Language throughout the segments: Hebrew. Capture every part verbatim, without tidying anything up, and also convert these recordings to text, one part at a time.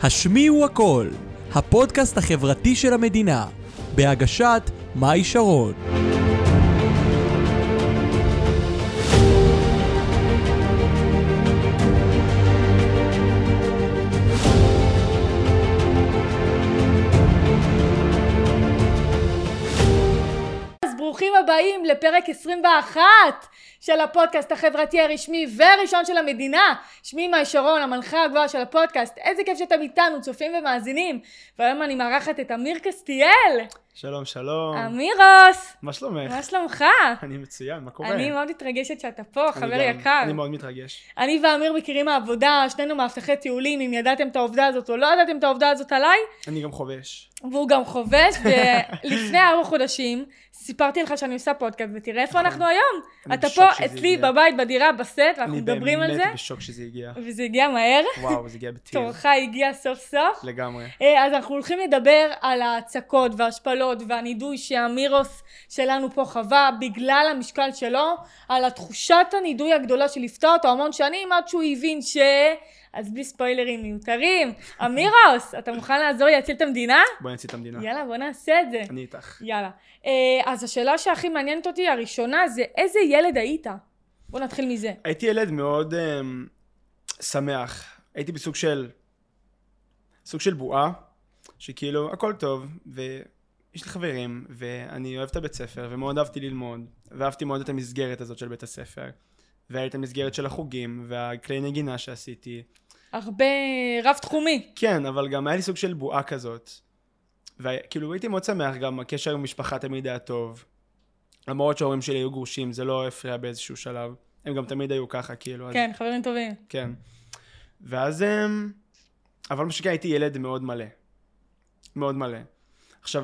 השמיעו הכל, הפודקאסט החברתי של המדינה, בהגשת מאי שרון. אז ברוכים הבאים לפרק עשרים ואחת של הפודקאסט החברתי הרשמי והראשון של המדינה. שמי מאי שרון, המנחה הגבוהה של הפודקאסט. איזה כיף שאתם איתנו, צופים ומאזינים. והיום אני מארחת את אמיר קסטיאל. שלום, שלום. אמירוס. מה שלומך? מה שלומך? אני מצוין, מה קורה? אני מאוד מתרגשת שאתה פה, חבר גם, יקר. אני מאוד מתרגש. אני ואמיר מכירים מהעבודה, שנינו מאבטחי טיולים, אם ידעתם את העובדה הזאת או לא ידעתם את העובדה הזאת עליי. אני גם חובש. והוא גם חובש, ולפני ארבעה חודשים סיפרתי לך שאני עושה פודקאסט, ותראה איפה אנחנו היום. אתה פה אצלי בבית, בדירה, בסט, ואנחנו מדברים על זה. אני באמת בשוק שזה הגיע. וזה הגיע מהר. וואו, זה הגיע בטיר. תורך הגיע סוף סוף. לגמרי. אז אנחנו הולכים לדבר על ההצקות וההשפלות והנידוי שהאמירוס שלנו פה חווה בגלל המשקל שלו, על התחושת הנידוי הגדולה שלפתור אותו המון שנים, עד שהוא הבין ש... אז בלי ספוילרים מיותרים. אמירוס, אתה מוכן לעזור לי להציל את המדינה? בוא נציל את המדינה. יאללה, בוא נעשה את זה. אני איתך. יאללה. אז השאלה שהכי מעניינת אותי, הראשונה, זה איזה ילד היית? בוא נתחיל מזה. הייתי ילד מאוד um, שמח. הייתי בסוג של, סוג של בועה, שכאילו הכל טוב, ויש לי חברים, ואני אוהב את הבית ספר, ומאוד אהבתי ללמוד, ואהבתי מאוד את המסגרת הזאת של בית הספר, והיה את המסגרת של החוגים, והכלי נגינה שעשיתי. הרבה רב תחומי. כן, אבל גם היה לי סוג של בועה כזאת. וכאילו הייתי מאוד שמח, גם הקשר עם משפחה תמיד היה טוב. למרות שההורים שלי היו גרושים, זה לא הפריע באיזשהו שלב. הם גם תמיד היו ככה, כאילו. כן, אז... חברים טובים. כן. ואז, אבל משקע הייתי ילד מאוד מלא. מאוד מלא. עכשיו,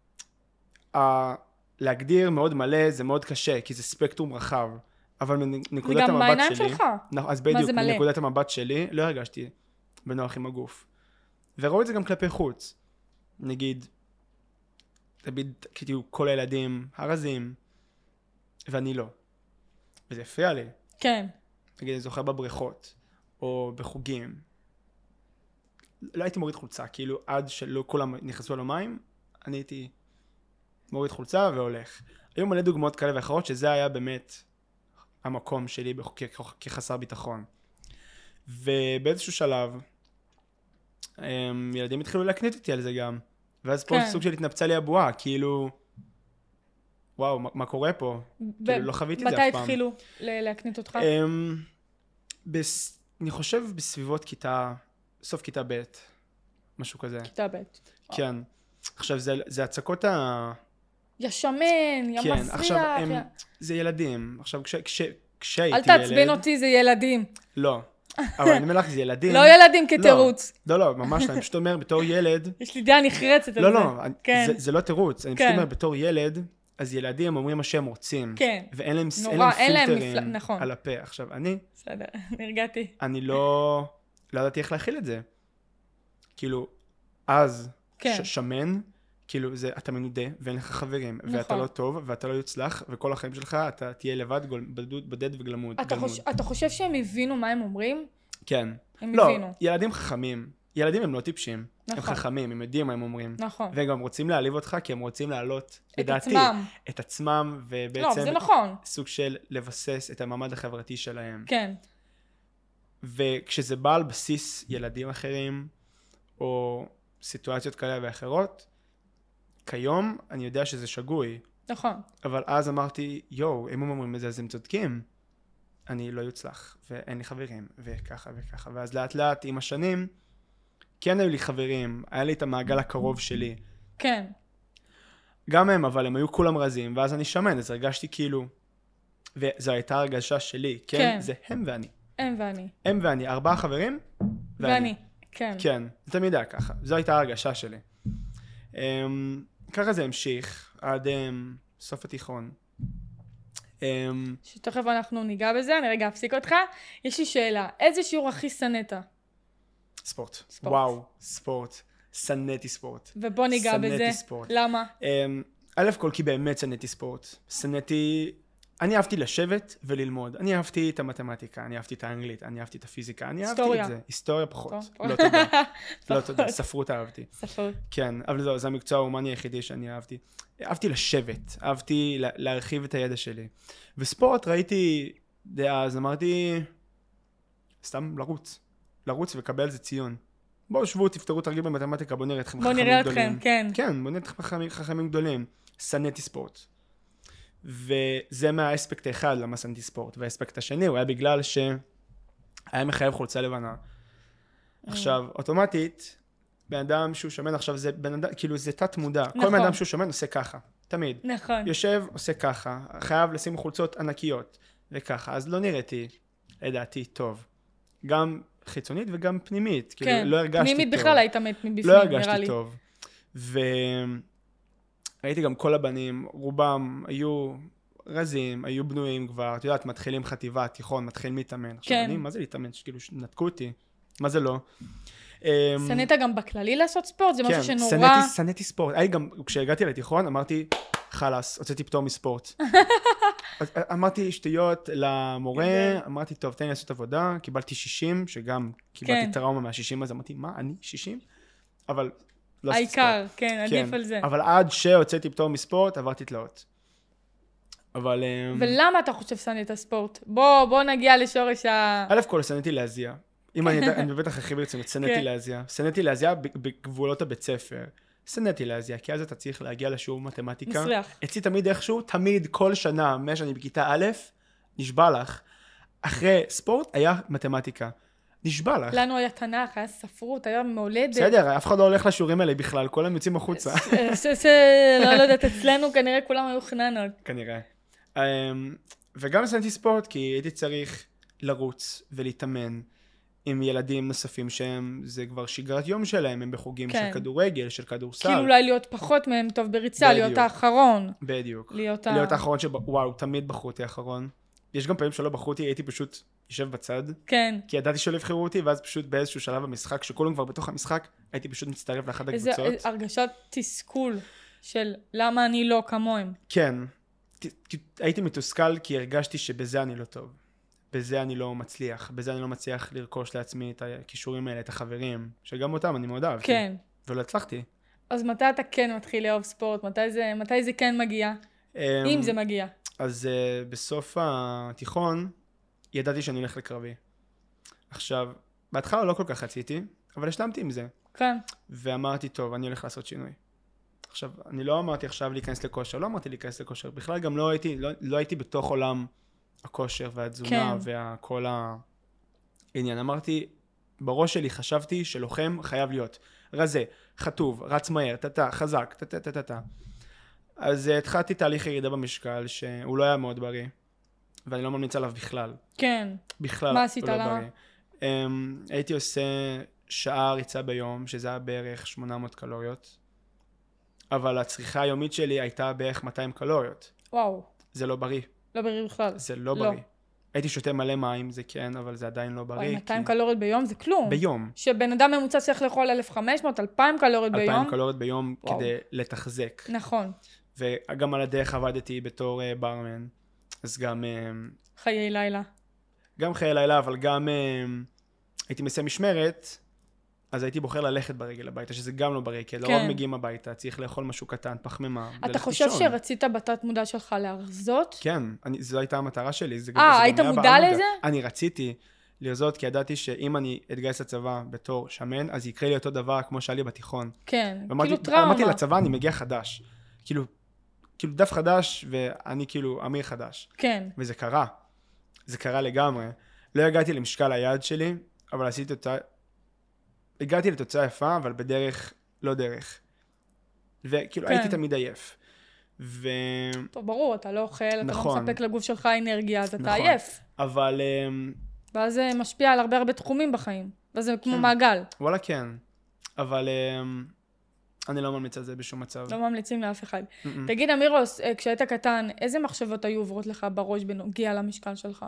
ה... להגדיר מאוד מלא זה מאוד קשה, כי זה ספקטרום רחב. אבל מנקודת המבט שלי... וגם בעיניים שלך. אז בדיוק, מנקודת המבט שלי, לא הרגשתי בנוח עם הגוף. וראו את זה גם כלפי חוץ. נגיד, תמיד, כאילו, כל הילדים הרזים, ואני לא. וזה הפריע לי. כן. נגיד, אני זוכר בבריכות, או בחוגים. לא הייתי מוריד חולצה, כאילו, עד שלא כולם נכנסו למים, אני הייתי מוריד חולצה והולך. היו מלא דוגמאות כאלה ואחרות, שזה היה באמת המקום שלי כחסר ביטחון. ובאיזשהו שלב, ילדים התחילו להקנית איתי על זה גם. ואז פה סוג של התנפצה לי הבועה, כאילו, וואו, מה, מה קורה פה? כאילו, לא חוויתי את זה אף פעם. מתי התחילו להקנית אותך? אני חושב בסביבות כיתה, סוף כיתה ב', משהו כזה. כיתה ב'. כן. עכשיו, זה הצקות ה... ישמן, יא כן, מסריח. עכשיו, זה ילדים. עכשיו, כשהייתי אל תעצבן אותי, זה ילדים. לא. אבל אני אומר לך, זה ילדים. לא ילדים כתירוץ. לא, לא, ממש לא. אני פשוט אומר, בתור ילד... יש לי דעה נחרצת על זה. לא, לא, זה לא תירוץ. אני פשוט אומר, בתור ילד, אז ילדים אומרים מה שהם רוצים. כן. ואין להם פילטרים על הפה. עכשיו, אני... בסדר, נרגעתי. אני לא... לא ידעתי איך להכיל את זה. כאילו, אז שמן, כאילו, אתה מנודה, ואין לך חברים, ואתה לא טוב, ואתה לא יוצלח, וכל החיים שלך אתה תהיה לבד, בודד וגלמוד. אתה חושב שהם הבינו מה הם אומרים? כן. הם לא, הבינו. ילדים חכמים. ילדים הם לא טיפשים. הם חכמים, הם יודעים מה הם אומרים. נכון. והם גם רוצים להעליב אותך, כי הם רוצים להעלות, לדעתי, את עצמם, ובעצם סוג של לבסס את המעמד החברתי שלהם. כן. וכשזה בא על בסיס ילדים אחרים, או סיטואציות כאלה ואחרות, כיום אני יודע שזה שגוי. נכון. אבל אז אמרתי, יואו, אם הם אומרים את זה, אז הם צודקים. אני לא יוצלח, ואין לי חברים, וככה וככה. ואז לאט לאט, עם השנים, כן היו לי חברים, היה לי את המעגל הקרוב שלי. כן. גם הם, אבל הם היו כולם רזים, ואז אני שמן, אז הרגשתי כאילו, וזו הייתה הרגשה שלי, כן? כן. זה הם ואני. הם ואני. הם ואני, ארבעה חברים, ואני. ואני, כן. כן, זה תמיד היה ככה, זו הייתה הרגשה שלי. Um, ככה זה המשיך עד um, סוף התיכון. Um, שתכף אנחנו ניגע בזה, אני רגע אפסיק אותך. יש לי שאלה, איזה שיעור הכי שנאת? ספורט. ספורט. וואו, ספורט. שנאתי ספורט. ובוא ניגע בזה. שנאתי ספורט. למה? Um, א' כל כי באמת שנאתי ספורט. שנאתי... אני אהבתי לשבת וללמוד. אני אהבתי את המתמטיקה, אני אהבתי את האנגלית, אני אהבתי את הפיזיקה, אני אהבתי היסטוריה. את זה. היסטוריה פחות. טוב. לא תודה. לא פחות. תודה. ספרות אהבתי. ספרות. כן, אבל זה, זה המקצוע ההומני היחידי שאני אהבתי. אהבתי לשבת, אהבתי לה, להרחיב את הידע שלי. וספורט ראיתי, אז אמרתי, סתם לרוץ. לרוץ וקבל זה ציון. בואו שבו, תפתרו תרגיל במתמטיקה, בואו נראה אתכם בואו חכמים נראה גדולים. אתכם, כן. כן, בואו נראה אתכם חכמים, חכמים גדולים. סנתי ספורט. וזה מהאספקט האחד למה סנתי ספורט. והאספקט השני הוא היה בגלל שהיה מחייב חולצה לבנה. עכשיו, אוטומטית, בן אדם שהוא שמן עכשיו, זה בן אדם, כאילו זה תת מודע. נכון. כל בן אדם שהוא שמן עושה ככה, תמיד. נכון. יושב, עושה ככה, חייב לשים חולצות ענקיות, וככה. אז לא נראיתי, לדעתי, טוב. גם חיצונית וגם פנימית. כאילו, כן, לא הרגשתי פנימית טוב. בכלל היית מת מבפנים, לא נראה הרגשתי לי. טוב. והייתי גם כל הבנים, רובם היו רזים, היו בנויים כבר, את יודעת, מתחילים חטיבה, תיכון, מתחילים להתאמן. עכשיו, כן. אני, מה זה להתאמן? כאילו, נתקו אותי. מה זה לא? שנאת גם בכללי לעשות ספורט? זה משהו כן, שנורא... שנאתי, שנאתי ספורט. היי, גם כשהגעתי לתיכון, אמרתי, חלס, הוצאתי פטור מספורט. אז אמרתי שטויות למורה, אמרתי, טוב, תן לי לעשות עבודה, קיבלתי שישים, שגם קיבלתי כן. טראומה מה-שישים, אז אמרתי, מה, אני שישים? אבל לא עשיתי ספורט. העיקר, כן, עדיף על זה. אבל עד שהוצאתי פטור מספורט, עברתי תלאות. אבל... אמ, ולמה אתה חושב שנאת הספורט? בוא, בוא נגיע לשורש ה... א' כל, שנאתי להזיע. אם אני יודע, אני בטח הכי ברצינות, שנאתי כן. להזיע. שנאתי להזיע בגבולות הבית ספר. שנאתי להזיע, כי אז אתה צריך להגיע לשיעור מתמטיקה. מסריח. אצלי תמיד איכשהו, תמיד, כל שנה, מאז שאני בכיתה א', נשבע לך. אחרי ספורט היה מתמטיקה. נשבע לך. לנו היה תנ"ך, היה ספרות, היה מולדת. בסדר, אף אחד לא הולך לשיעורים האלה בכלל, כל הם יוצאים החוצה. ש- ש- לא יודעת, אצלנו כנראה כולם היו חננות. כנראה. Um, וגם שנאתי ספורט, כי הייתי צריך לרוץ ולהתאמן עם ילדים נוספים שהם, זה כבר שגרת יום שלהם, הם בחוגים כן. של כדורגל, של כדורסל. כאילו אולי להיות פחות מהם טוב בריצה, בדיוק. להיות האחרון. בדיוק. להיות ה... להיות האחרון שוואו, תמיד בחרו אותי האחרון. יש גם פעמים שלא בחרו אותי, הייתי פשוט יושב בצד, כן. כי ידעתי שלא יבחרו אותי, ואז פשוט באיזשהו שלב במשחק, שכולם כבר בתוך המשחק, הייתי פשוט מצטרף לאחת איזה הקבוצות. הרגשת תסכול של למה אני לא כמוהם. כן. ת- ת- הייתי מתוסכל כי הרגשתי שבזה אני לא טוב. בזה אני לא מצליח. בזה אני לא מצליח לרכוש לעצמי את הכישורים האלה, את החברים, שגם אותם אני מאוד אהבתי. כן. ולא הצלחתי. אז מתי אתה כן מתחיל לאהוב ספורט? מתי זה, מתי זה כן מגיע? אם זה מגיע. אז uh, בסוף התיכון ידעתי שאני הולך לקרבי. עכשיו, בהתחלה לא כל כך רציתי, אבל השלמתי עם זה. כן. ואמרתי, טוב, אני הולך לעשות שינוי. עכשיו, אני לא אמרתי עכשיו להיכנס לכושר, לא אמרתי להיכנס לכושר. בכלל גם לא הייתי, לא, לא הייתי בתוך עולם הכושר והתזונה כן. וכל העניין. אמרתי, בראש שלי חשבתי שלוחם חייב להיות רזה, חטוב, רץ מהר, טטה, חזק, טטה, טטה, טטה. אז uh, התחלתי תהליך ירידה במשקל שהוא לא היה מאוד בריא, ואני לא ממליץ עליו בכלל. כן. בכלל מה עשית, הוא לא למה? בריא. Um, הייתי עושה שעה ריצה ביום, שזה היה בערך שמונה מאות קלוריות, אבל הצריכה היומית שלי הייתה בערך מאתיים קלוריות. וואו. זה לא בריא. לא בריא בכלל. זה לא, לא. בריא. הייתי שותה מלא מים, זה כן, אבל זה עדיין לא בריא. וואי, מאתיים כי... קלוריות ביום זה כלום. ביום. שבן אדם ממוצע צריך לאכול אלף וחמש מאות, אלפיים קלוריות ביום. אלפיים קלוריות ביום וואו. כדי לתחזק. נכון. וגם על הדרך עבדתי בתור uh, ברמן, אז גם... Uh, חיי לילה. גם חיי לילה, אבל גם uh, הייתי מסיים משמרת, אז הייתי בוחר ללכת ברגל הביתה, שזה גם לא בריא, כי לרוב כן. מגיעים הביתה, צריך לאכול משהו קטן, פחמימה. אתה וללכת חושב לישון. שרצית בתת מודע שלך להרזות? כן, אני, זו הייתה המטרה שלי. זה, גם- אה, זה גם היית היה מודע בעמודה. לזה? אני רציתי לרזות, כי ידעתי שאם אני אתגייס לצבא בתור שמן, אז יקרה לי אותו דבר כמו שהיה לי בתיכון. כן. ואמרתי- כאילו טראומה. אמרתי לצבא, אני מגיע חדש. כאילו, כאילו דף חדש, ואני כאילו אמיר חדש. כן. וזה קרה. זה קרה לגמרי. לא הגעתי למשקל היעד שלי, אבל עשיתי אותה... הגעתי לתוצאה יפה, אבל בדרך, לא דרך. וכאילו, כן. הייתי תמיד עייף. ו... טוב, ברור, אתה לא אוכל, אתה נכון. לא מספק לגוף שלך אנרגיה, אז אתה נכון. עייף. אבל, אמ, ואז זה משפיע על הרבה הרבה תחומים בחיים. ואז זה כמו כן. מעגל. וואלה כן. אבל אמ, אני לא ממליץ על זה בשום מצב. לא ממליצים לאף אחד. Mm-mm. תגיד, אמירוס, אה, כשהיית קטן, איזה מחשבות היו עוברות לך בראש בנוגע למשקל שלך?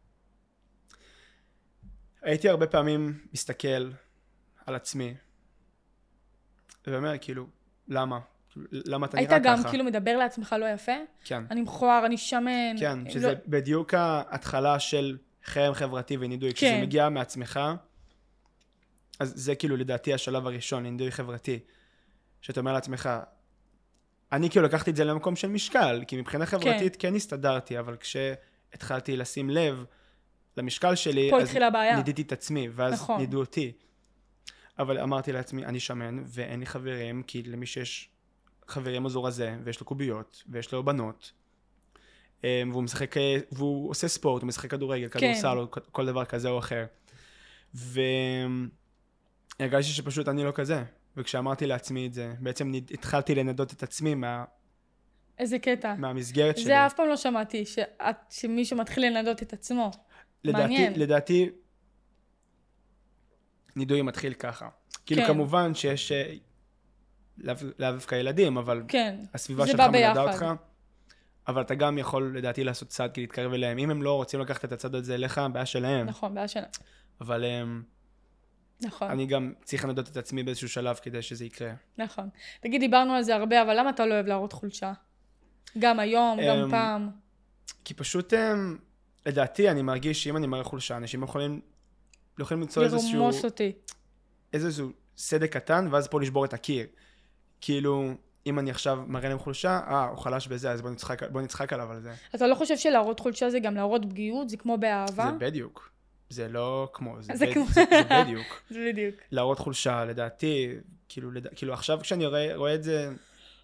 הייתי הרבה פעמים מסתכל על עצמי, ואומר, כאילו, למה? למה אתה נראה היית ככה? גם כאילו מדבר לעצמך לא יפה? כן. אני מכוער, אני שמן. כן, לא- שזה בדיוק ההתחלה של חרם חברתי ונידוי, כשזה כן. מגיע מעצמך, אז זה כאילו לדעתי השלב הראשון, נידוי חברתי, שאתה אומר לעצמך, אני כאילו לקחתי את זה למקום של משקל, כי מבחינה חברתית כן הסתדרתי, אבל כשהתחלתי לשים לב למשקל שלי, פה אז התחילה הבעיה. נידיתי את עצמי, ואז נכון. נידו אותי. אבל אמרתי לעצמי, אני שמן, ואין לי חברים, כי למי שיש חברים אזור הזה, ויש לו קוביות, ויש לו בנות, והוא משחק, והוא עושה ספורט, הוא משחק כדורגל, כדורסל, או כל דבר כזה או אחר. והרגשתי שפשוט אני לא כזה. וכשאמרתי לעצמי את זה, בעצם התחלתי לנדות את עצמי מה... איזה קטע. מהמסגרת שלי. זה אף פעם לא שמעתי, שאת, שמישהו מתחיל לנדות את עצמו. לדעתי, מעניין. לדעתי, נידוי מתחיל ככה. כאילו כן. כמובן שיש לאו דווקא ילדים, אבל כן. הסביבה זה שלך בא מנדה ביחד. אותך, אבל אתה גם יכול לדעתי לעשות צעד כדי להתקרב אליהם. אם הם לא רוצים לקחת את הצד הזה אליך, בעיה שלהם. נכון, בעיה שלה. אבל הם, נכון, אני גם צריך לנדות את עצמי באיזשהו שלב כדי שזה יקרה. נכון. תגיד, דיברנו על זה הרבה, אבל למה אתה לא אוהב להראות חולשה? גם היום, גם אמ, פעם. כי פשוט, הם, לדעתי, אני מרגיש שאם אני מראה חולשה, אנשים יכולים, לא יכולים למצוא איזשהו, לרמוס אותי. איזשהו סדק קטן, ואז פה לשבור את הקיר. כאילו, אם אני עכשיו מראה להם חולשה, אה, הוא חלש בזה, אז בוא נצחק, בוא נצחק עליו על זה. אתה לא חושב שלהראות חולשה זה גם להראות פגיעות? זה כמו באהבה? זה בדיוק. זה לא כמו, זה, זה בד... כמו- זה, זה בדיוק. זה בדיוק. להראות חולשה, לדעתי, כאילו, לד... כאילו עכשיו כשאני רואה, רואה את זה,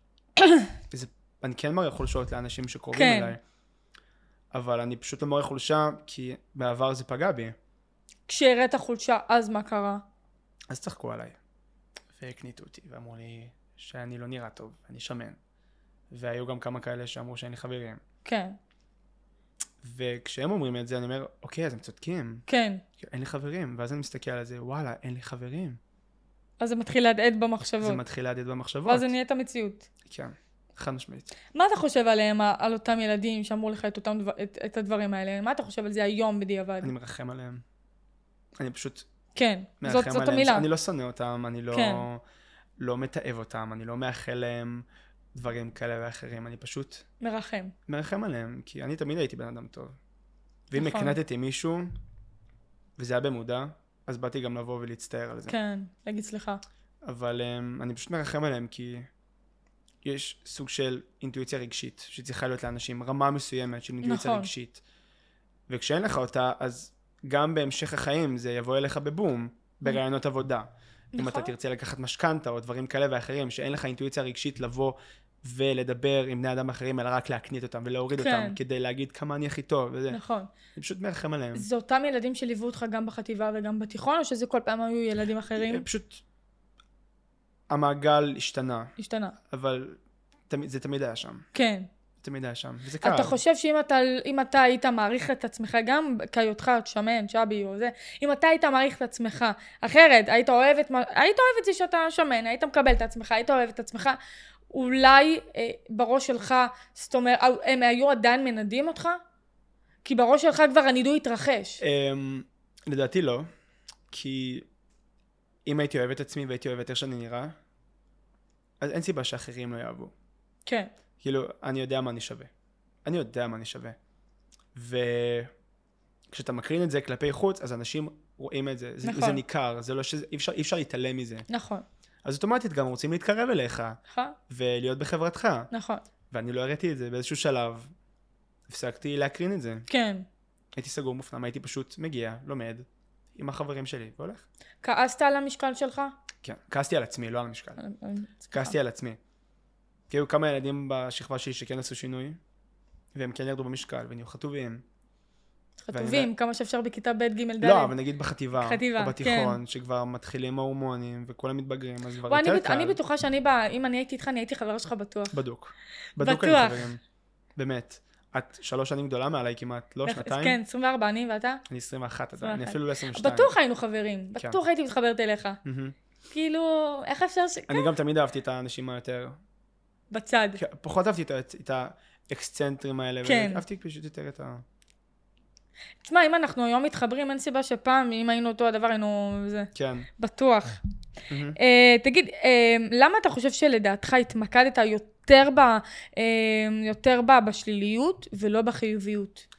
זה, אני כן מראה חולשות לאנשים שקרובים כן. אליי, אבל אני פשוט לא מראה חולשה, כי בעבר זה פגע בי. כשהראית חולשה, אז מה קרה? אז צחקו עליי, והקניתו אותי, ואמרו לי שאני לא נראה טוב, אני שמן. והיו גם כמה כאלה שאמרו שאין לי חברים. כן, וכשהם אומרים את זה, אני אומר, אוקיי, אז הם צודקים, כן. אין לי חברים. ואז אני מסתכל על זה, וואלה, אין לי חברים. אז זה מתחיל להדהד במחשבות. זה מתחיל להדהד במחשבות. ואז זה נהיית המציאות. כן, חד משמעית. מה אתה חושב עליהם, על אותם ילדים שאמרו לך את, אותם, דבר- את, את הדברים האלה? מה אתה חושב על זה היום בדיעבד? אני מרחם עליהם. אני פשוט כן, מרחם זאת, עליהם. זאת המילה. אני לא שונא אותם, אני לא, כן. לא מתאהב אותם, אני לא מאחל להם דברים כאלה ואחרים. אני פשוט מרחם. מרחם עליהם, כי אני תמיד הייתי בן אדם טוב. ואם נכון. הקנטתי מישהו, וזה היה במודע, אז באתי גם לבוא ולהצטער על זה. כן, להגיד סליחה. אבל um, אני פשוט מרחם עליהם, כי יש סוג של אינטואיציה רגשית, שצריכה להיות לאנשים, רמה מסוימת של אינטואיציה נכון. רגשית. וכשאין לך אותה, אז גם בהמשך החיים זה יבוא אליך בבום, ברעיונות עבודה. אם נכון. אתה תרצה לקחת משכנתה או דברים כאלה ואחרים, שאין לך אינטואיציה רגשית לבוא ולדבר עם בני אדם אחרים, אלא רק להקנית אותם ולהוריד כן. אותם, כדי להגיד כמה אני הכי טוב וזה. נכון. אני פשוט מרחם עליהם. זה אותם ילדים שליוו אותך גם בחטיבה וגם בתיכון, או שזה כל פעם היו ילדים אחרים? פשוט המעגל השתנה, השתנה. אבל תמיד, זה תמיד היה שם. כן. תמיד היה שם, וזה קרה. אתה חושב שאם אתה, אם אתה היית מעריך את עצמך, גם כהיותך שמן, שבי או זה, אם אתה היית מעריך את עצמך אחרת, היית אוהב את, היית אוהב את זה שאתה שמן, היית מקבל את עצמך, היית אוהב את עצמך, אולי אה, בראש שלך, זאת אומרת, הם היו עדיין מנדים אותך? כי בראש שלך כבר הנידוי התרחש. Um, לדעתי לא, כי אם הייתי אוהב את עצמי והייתי אוהב את איך שאני נראה, אז אין סיבה שאחרים לא יאהבו. כן. כאילו, אני יודע מה אני שווה. אני יודע מה אני שווה. וכשאתה מקרין את זה כלפי חוץ, אז אנשים רואים את זה. זה, נכון. זה ניכר, זה לא ש... אי אפשר, אי אפשר להתעלם מזה. נכון. אז אוטומטית גם רוצים להתקרב אליך, נכון. ולהיות בחברתך. נכון. ואני לא הראיתי את זה באיזשהו שלב. הפסקתי להקרין את זה. כן. הייתי סגור מופנם, הייתי פשוט מגיע, לומד, עם החברים שלי, והולך. כעסת על המשקל שלך? כן, כעסתי על עצמי, לא על המשקל. כעסתי על עצמי. כי היו כמה ילדים בשכבה שלי שכן עשו שינוי, והם כן ירדו במשקל, ונהיו חטובים. חטובים, כמה שאפשר בכיתה ב' ג' ד'. לא, אבל נגיד בחטיבה, חטיבה, או בתיכון, שכבר מתחילים ההורמונים, וכולם מתבגרים, אז כבר וואי, יותר אני, קל. אני בטוחה שאני באה, אם אני הייתי איתך, אני הייתי חברה שלך בטוח. בדוק. בדוק אני בטוח. חברים. באמת. את שלוש שנים גדולה מעליי כמעט, לא שנתיים? כן, עשרים וארבע, אני ואתה? אני עשרים ואחת עדיין, עשרים אני ואחת. אפילו לא עשרים ושתיים. בטוח היינו חברים, כן. בטוח הייתי מתחברת אליך. מהמם. כאילו, איך אפשר ש... אני גם תמיד אהבתי את האנשים היותר... בצד. פחות אהבתי את- את האקסצנטרים האלה, כן. ואהבתי פשוט יותר את ה... תשמע, אם אנחנו היום מתחברים, אין סיבה שפעם, אם היינו אותו הדבר, היינו... זה כן. בטוח. Mm-hmm. Uh, תגיד, uh, למה אתה חושב שלדעתך התמקדת יותר, ב, uh, יותר ב, בשליליות ולא בחיוביות?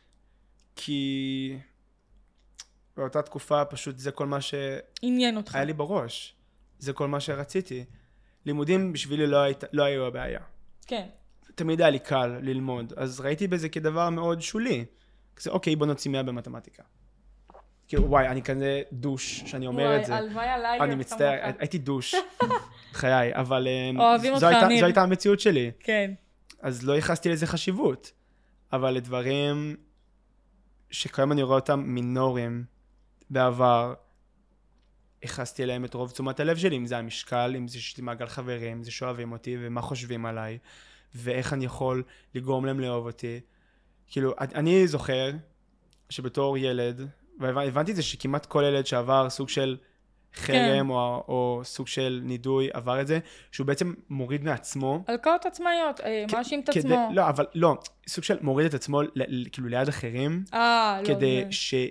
כי באותה תקופה פשוט זה כל מה עניין אותך. שהיה לי בראש. זה כל מה שרציתי. לימודים בשבילי לא, היית, לא היו הבעיה. כן. תמיד היה לי קל ללמוד, אז ראיתי בזה כדבר מאוד שולי. כזה, אוקיי, בוא נוציא מאה במתמטיקה. כאילו, וואי, אני כזה דוש שאני אומר וואי, את זה. הלוואי עליי. אני מצטער, הייתי דוש. חיי, אבל אוהבים אותך, זו הייתה, אמיר. זו הייתה המציאות שלי. כן. אז לא ייחסתי לזה חשיבות. אבל לדברים שכיום אני רואה אותם מינורים בעבר, ייחסתי אליהם את רוב תשומת הלב שלי, אם זה המשקל, אם זה שיש לי מעגל חברים, אם זה שאוהבים אותי ומה חושבים עליי, ואיך אני יכול לגרום להם לאהוב אותי. כאילו, אני זוכר שבתור ילד, והבנתי את זה שכמעט כל ילד שעבר סוג של חרם, כן. או, או סוג של נידוי, עבר את זה, שהוא בעצם מוריד מעצמו. הלקאות עצמאיות, מאשים את עצמו. לא, אבל לא, סוג של מוריד את עצמו, כאילו ליד אחרים, אה, לא. כדי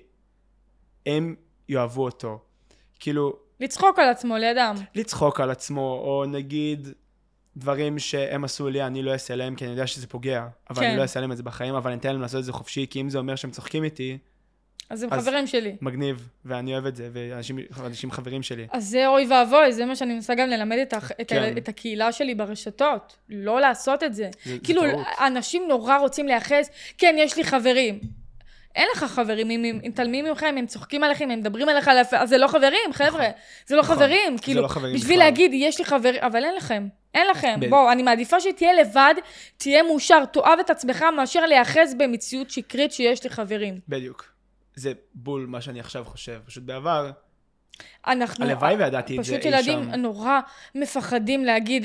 שהם יאהבו אותו. כאילו... לצחוק על עצמו, לידם. לצחוק על עצמו, או נגיד דברים שהם עשו לי, אני לא אעשה להם, כי אני יודע שזה פוגע, אבל כן. אני לא אעשה להם את זה בחיים, אבל אני אתן להם לעשות את זה חופשי, כי אם זה אומר שהם צוחקים איתי, אז הם חברים שלי. מגניב, ואני אוהב את זה, ואנשים חברים שלי. אז זה אוי ואבוי, זה מה שאני מנסה גם ללמד את, את, כן. את הקהילה שלי ברשתות. לא לעשות את זה. זה כאילו, זה אנשים נורא רוצים לייחס, כן, יש לי חברים. אין לך חברים, אם הם מתעלמים ממך, אם הם צוחקים עליכם, הם מדברים עליך, אז זה לא חברים, חבר'ה. זה לא חברים. כאילו, בשביל להגיד, יש לי חברים, אבל אין לכם. אין לכם. בואו, אני מעדיפה שתהיה לבד, תהיה מאושר, תאהב את עצמך, מאשר לייחס במציאות שקרית שיש לי חברים. בדיוק. זה בול מה שאני עכשיו חושב. פשוט בעבר, אנחנו, הלוואי וידעתי את זה אי שם. פשוט ילדים נורא מפחדים להגיד,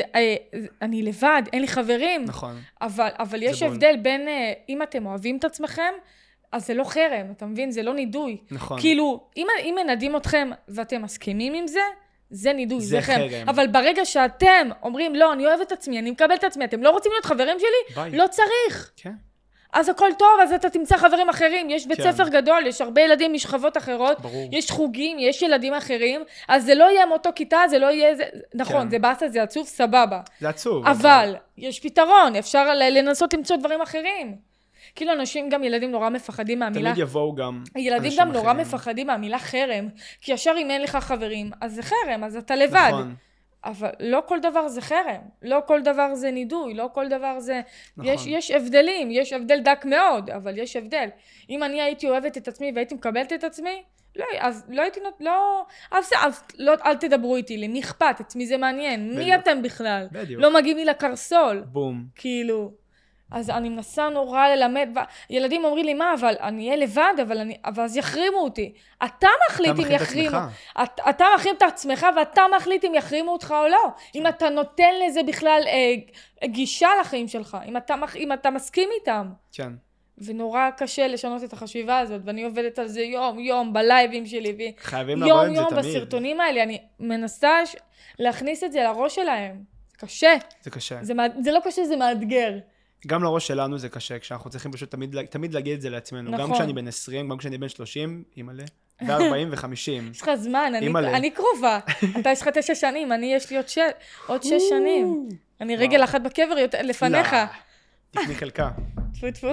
אני לבד, אין לי חברים. נכון. אבל, אבל יש הבדל בין, אם אתם אוהבים את עצמכם, אז זה לא חרם, אתה מבין? זה לא נידוי. נכון. כאילו, אם, אם מנדים אתכם ואתם מסכימים עם זה, זה נידוי, זה, זה חרם. חרם. אבל ברגע שאתם אומרים, לא, אני אוהב את עצמי, אני מקבל את עצמי, אתם לא רוצים להיות חברים שלי? ביי. לא צריך. כן. אז הכל טוב, אז אתה תמצא חברים אחרים. יש בית כן. ספר גדול, יש הרבה ילדים משכבות אחרות. ברור. יש חוגים, יש ילדים אחרים. אז זה לא יהיה מאותו כיתה, זה לא יהיה... זה... נכון, כן. זה באסה, זה עצוב, סבבה. זה עצוב. אבל, אבל יש פתרון, אפשר לנסות למצוא דברים אחרים. כאילו אנשים, גם ילדים נורא מפחדים מהמילה... תמיד יבואו גם ילדים גם נורא מפחדים מהמילה חרם. כי ישר אם אין לך חברים, אז זה חרם, אז אתה לבד. נכון. אבל לא כל דבר זה חרם, לא כל דבר זה נידוי, לא כל דבר זה... נכון. יש, יש הבדלים, יש הבדל דק מאוד, אבל יש הבדל. אם אני הייתי אוהבת את עצמי והייתי מקבלת את עצמי, לא, אז לא הייתי נות... לא... אז, אז לא, אל תדברו איתי, למי אכפת? את מי זה מעניין? בדיוק. מי אתם בכלל? בדיוק. לא מגיעים לי לקרסול. בום. כאילו... אז אני מנסה נורא ללמד, ילדים אומרים לי, מה, אבל אני אהיה לבד, אבל, אני, אבל אז יחרימו אותי. אתה מחליט אם יחרימו. אתה, אתה מחרים את עצמך, ואתה מחליט אם יחרימו אותך או לא. כן. אם אתה נותן לזה בכלל אה, גישה לחיים שלך, אם אתה, אם אתה מסכים איתם. כן. ונורא קשה לשנות את החשיבה הזאת, ואני עובדת על זה יום, יום, בלייבים שלי, חייבים לעבוד את זה יום, תמיד. יום בסרטונים האלה, אני מנסה להכניס את זה לראש שלהם. זה קשה. זה קשה. זה, זה לא קשה, זה מאתגר. גם לראש שלנו זה קשה, כשאנחנו צריכים פשוט תמיד, תמיד להגיד את זה לעצמנו. נכון. גם כשאני בן עשרים, גם כשאני בן שלושים, אימא'לה, ו-ארבעים וחמישים. יש לך זמן, אני, אני קרובה. אתה יש לך תשע שנים, אני יש לי עוד, ש... עוד שש שנים. אני רגל אחת בקבר לפניך. תקני חלקה. טפו טפו.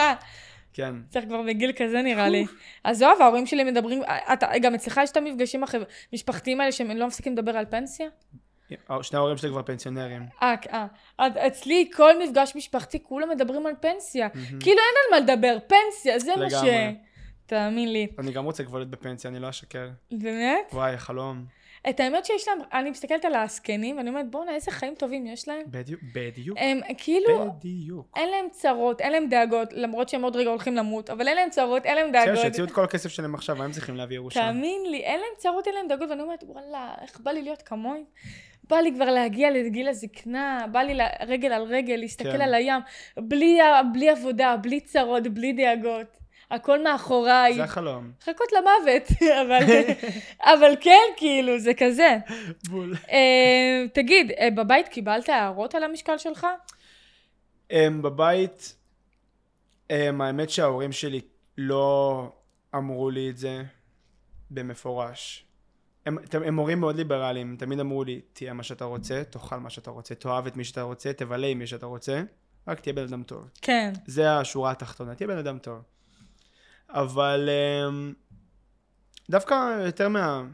כן. צריך כבר בגיל כזה נראה לי. אז זו, ההורים שלי מדברים, אתה, גם אצלך יש את המפגשים המשפחתיים האלה שהם לא מפסיקים לדבר על פנסיה? שני ההורים שלי כבר פנסיונרים. אה, אה. אצלי כל מפגש משפחתי, כולם מדברים על פנסיה. כאילו אין על מה לדבר, פנסיה, זה מה ש... תאמין לי. אני גם רוצה כבר להיות בפנסיה, אני לא אשקר. באמת? וואי, חלום. את האמת שיש להם, אני מסתכלת על העסקנים, ואני אומרת, בוא'נה, איזה חיים טובים יש להם. בדיוק, בדיוק. הם כאילו, בדיוק. אין להם צרות, אין להם דאגות, למרות שהם עוד רגע הולכים למות, אבל אין להם צרות, אין להם דאגות. שהציעו את כל הכסף שלהם עכשיו, מה הם צריכים להביא ירושה? תאמין לי, אין להם צרות, אין להם דאגות, ואני אומרת, וואלה, איך בא לי להיות כמוהם? בא לי כבר להגיע לגיל הזקנה, בא לי רגל על רגל, להסתכל כן. על הים, בלי, בלי עבודה, בלי צרות, בלי דאגות. הכל מאחוריי. זה החלום. חכות למוות, אבל, אבל כן, כאילו, זה כזה. בול. Uh, תגיד, uh, בבית קיבלת הערות על המשקל שלך? Um, בבית, um, האמת שההורים שלי לא אמרו לי את זה במפורש. הם, הם מורים מאוד ליברליים, תמיד אמרו לי, תהיה מה שאתה רוצה, תאכל מה שאתה רוצה, תאהב את מי שאתה רוצה, תבלה עם מי שאתה רוצה, רק תהיה בן אדם טוב. כן. זה השורה התחתונה, תהיה בן אדם טוב. אבל דווקא יותר מה,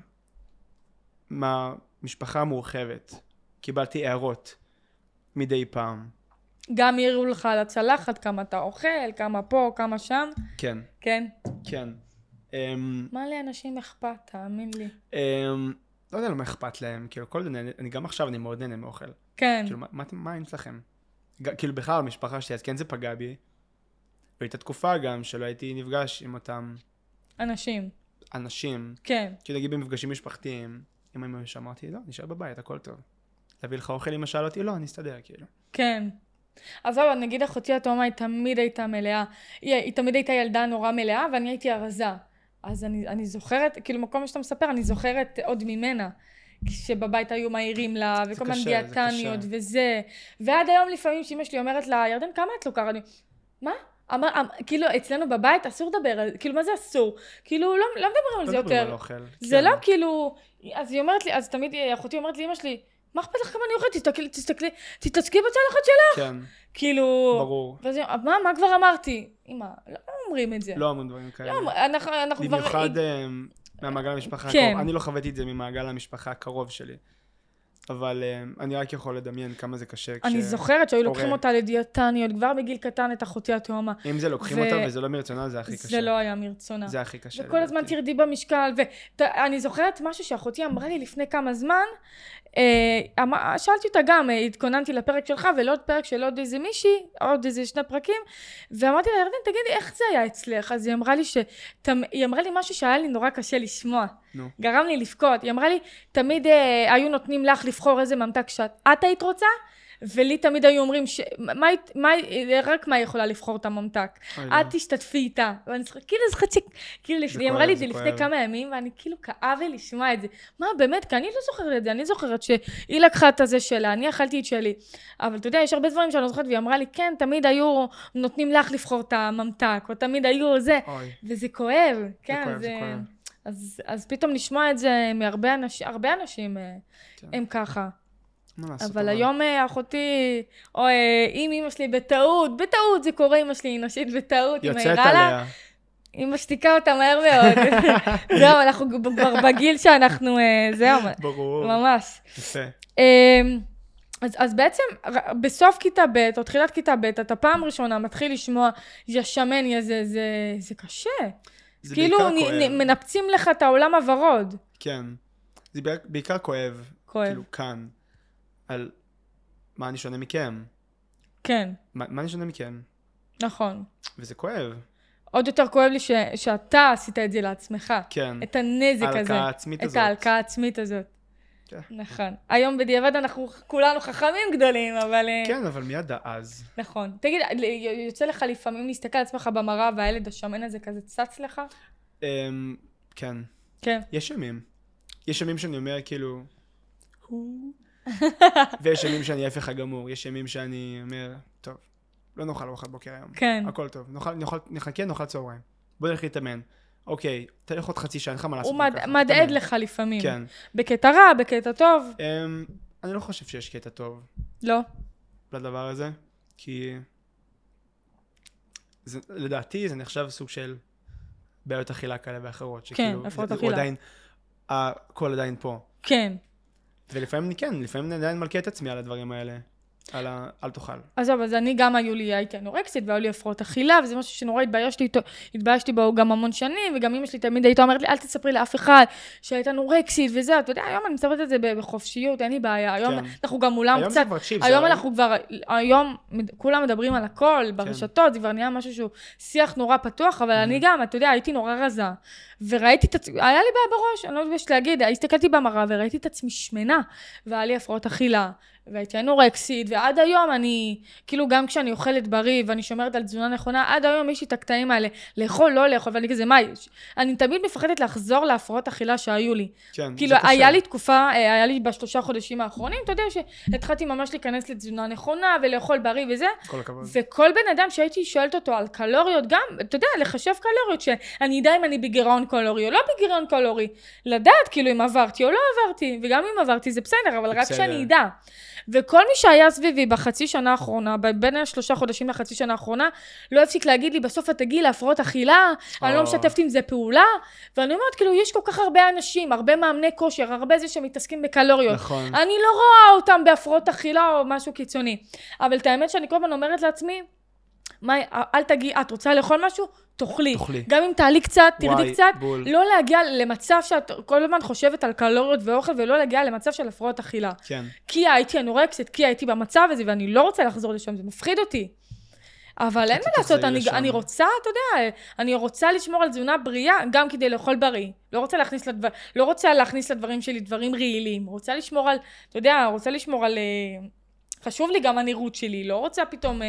מהמשפחה המורחבת, קיבלתי הערות מדי פעם. גם יראו לך על הצלחת כמה אתה אוכל, כמה פה, כמה שם. כן. כן. כן. מה לאנשים אכפת, תאמין לי. לא יודע מה אכפת להם, כאילו כל זה, אני גם עכשיו אני מאוד נהנה מאוכל. כן. כאילו, מה, מה אין לכם? כאילו בכלל המשפחה שלי, אז כן זה פגע בי. והייתה תקופה גם שלא הייתי נפגש עם אותם... אנשים. אנשים. כן. כאילו נגיד במפגשים משפחתיים, אם אני שאמרתי, לא, נשאר בבית, הכל טוב. להביא לך אוכל אם שאל אותי, לא, אני אסתדר, כאילו. כן. אז זהו, נגיד אחותי התאומה, היא תמיד הייתה מלאה. היא, היא תמיד הייתה ילדה נורא מלאה, ואני הייתי הרזה. אז אני, אני זוכרת, כאילו מקום שאתה מספר, אני זוכרת עוד ממנה. כשבבית היו מהירים לה, וכל מיני דיאטניות וזה. ועד היום לפעמים שאמא שלי אומרת לה, ירדן, כמה את לא קרה? אני, מה? אמר, אמר, כאילו אצלנו בבית אסור לדבר על, כאילו מה זה אסור? כאילו לא, לא מדברים על זה יותר. זה כן. לא כאילו, אז היא אומרת לי, אז תמיד אחותי אומרת לי, אמא שלי, מה אכפת לך כמה אני אוכלת? תסתכלי, תסתכלי, תתעסקי בצלחת שלך. כן. כאילו... ברור. ואז היא, מה, מה כבר אמרתי? אמא, לא אומרים את זה. לא אומרים דברים כאלה. לא, אנחנו, אנחנו כבר... במיוחד מהמעגל המשפחה כן. הקרוב. אני לא חוויתי את זה ממעגל המשפחה הקרוב שלי. אבל אני רק יכול לדמיין כמה זה קשה. אני זוכרת שהיו לוקחים אותה לדיאטניות, כבר בגיל קטן את אחותי התאומה. אם זה לוקחים אותה וזה לא מרצונה, זה הכי קשה. זה לא היה מרצונה. זה הכי קשה. וכל הזמן תרדי במשקל, ואני זוכרת משהו שאחותי אמרה לי לפני כמה זמן, שאלתי אותה גם, התכוננתי לפרק שלך ולעוד פרק של עוד איזה מישהי, עוד איזה שני פרקים, ואמרתי לה, ירדן, תגידי, איך זה היה אצלך? אז היא אמרה לי ש... היא אמרה לי משהו שהיה לי נורא קשה לשמוע. גרם לי לבכות. היא אמרה לי, תמיד היו נותנים לך לבחור איזה ממתק שאת היית רוצה, ולי תמיד היו אומרים, ש... מה, מה, רק מה יכולה לבחור את הממתק? את תשתתפי איתה. ואני זוכרת, כאילו זה חצי, כאילו, היא אמרה לי את זה לפני כמה ימים, ואני כאילו כאב לי לשמוע את זה. מה, באמת? כי אני לא זוכרת את זה, אני זוכרת שהיא לקחה את הזה שלה, אני אכלתי את שלי. אבל אתה יודע, יש הרבה דברים שאני לא זוכרת, והיא אמרה לי, כן, תמיד היו נותנים לך לבחור את הממתק, או תמיד היו זה, וזה כואב. כן, זה כואב, זה כואב. אז, אז פתאום לשמוע את זה מהרבה אנשים, הרבה אנשים הם ככה. אבל היום אחותי, או אם אמא שלי בטעות, בטעות זה קורה אמא שלי אנושית בטעות, יוצאת עליה. היא משתיקה אותה מהר מאוד. זהו, אנחנו כבר בגיל שאנחנו, זהו, ממש. יפה. אז, אז בעצם בסוף כיתה ב' או תחילת כיתה ב', אתה פעם ראשונה מתחיל לשמוע ישמן, זה, זה, זה קשה. זה כאילו בעיקר מנפצים לך את העולם הוורוד. כן. זה בעיקר כואב. כואב. כאילו כאן. על מה אני שונה מכם. כן. מה, מה אני שונה מכם. נכון. וזה כואב. עוד יותר כואב לי ש, שאתה עשית את זה לעצמך. כן. את הנזק הזה. ההלקאה העצמית הזאת. את ההלקאה העצמית הזאת. כן. נכון. היום בדיעבד אנחנו כולנו חכמים גדולים, אבל... כן, אבל מיד אז. נכון. תגיד, יוצא לך לפעמים להסתכל על עצמך במראה והילד השמן הזה כזה צץ לך? כן. כן. יש ימים. יש ימים שאני אומר כאילו... ויש ימים שאני ההפך הגמור. יש ימים שאני אומר, טוב, לא נאכל ארוחת בוקר היום. כן. הכל טוב. נחכה, נאכל צהריים. בוא נלך להתאמן. אוקיי, תלך עוד חצי שעה, אין לך מה לעשות. הוא מדעד לך לפעמים. כן. בקטע רע, בקטע טוב. אני לא חושב שיש קטע טוב. לא. לדבר הזה, כי לדעתי זה נחשב סוג של בעיות אכילה כאלה ואחרות. כן, הפרעות אכילה. הכל עדיין פה. כן. ולפעמים אני כן, לפעמים אני עדיין מלכה את עצמי על הדברים האלה. על ה... אל תאכל. אז אז אני גם היו לי, הייתי אנורקסית, והיו לי הפרעות אכילה, וזה משהו שנורא התביישתי איתו, התביישתי בו גם המון שנים, וגם אמא שלי תמיד הייתה אומרת לי, אל תספרי לאף אחד שהיית אנורקסית וזה, אתה יודע, היום אני מספרת את זה בחופשיות, אין לי בעיה, היום אנחנו גם מולם קצת, היום אנחנו כבר, היום כולם מדברים על הכל, ברשתות, זה כבר נהיה משהו שהוא שיח נורא פתוח, אבל אני גם, אתה יודע, הייתי נורא רזה, וראיתי את עצמי, היה לי בעיה בראש, אני לא יודעת להגיד, הסתכלתי במראה וראיתי את עצמי שמנה, והיה לי הפרעות אכילה, והייתי אנורקסית, ועד היום אני, כאילו גם כשאני אוכלת בריא, ואני שומרת על תזונה נכונה, עד היום יש לי את הקטעים האלה, לאכול, לא לאכול, ואני כזה, מה יש? אני תמיד מפחדת לחזור להפרעות אכילה שהיו לי. כן, כאילו, היה לי תקופה, היה לי בשלושה חודשים האחרונים, אתה יודע שהתחלתי ממש להיכנס לתזונה נכונה, ולאכול בריא וזה. כל הכבוד. וכל בן אדם שהייתי שואלת אותו על קלוריות, גם, אתה יודע, לחשב קלוריות, שאני אדע אם אני בגירעון קלורי או לא בגירעון קלורי. לדעת, כאילו, אם עברתי או לא עברתי, וגם אם עברתי זה בסדר, אבל רק שאני אדע. וכל מי שהיה סביבי בחצי שנה האחרונה, בין השלושה חודשים לחצי שנה האחרונה, לא הפסיק להגיד לי, בסוף את תגיעי להפרעות אכילה, אני לא משתפת עם זה פעולה, ואני אומרת, כאילו, יש כל כך הרבה אנשים, הרבה מאמני כושר, הרבה זה שמתעסקים בקלוריות. נכון. אני לא רואה אותם בהפרעות אכילה או משהו קיצוני. אבל את האמת שאני כל הזמן אומרת לעצמי, מאי, אל תגיעי, את רוצה לאכול משהו? תאכלי. תאכלי. גם אם תעלי קצת, תרדי וואי, קצת, בול. לא להגיע למצב שאת כל הזמן חושבת על קלוריות ואוכל, ולא להגיע למצב של הפרעות אכילה. כן. כי הייתי אנורקסית, כי הייתי במצב הזה, ואני לא רוצה לחזור לשם, זה מפחיד אותי. אבל אין מה לעשות, אני, אני רוצה, אתה יודע, אני רוצה לשמור על תזונה בריאה, גם כדי לאכול בריא. לא רוצה להכניס לדבר, לא רוצה להכניס לדברים שלי דברים רעילים. רוצה לשמור על, אתה יודע, רוצה לשמור על, חשוב לי גם הנראות שלי, לא רוצה פתאום,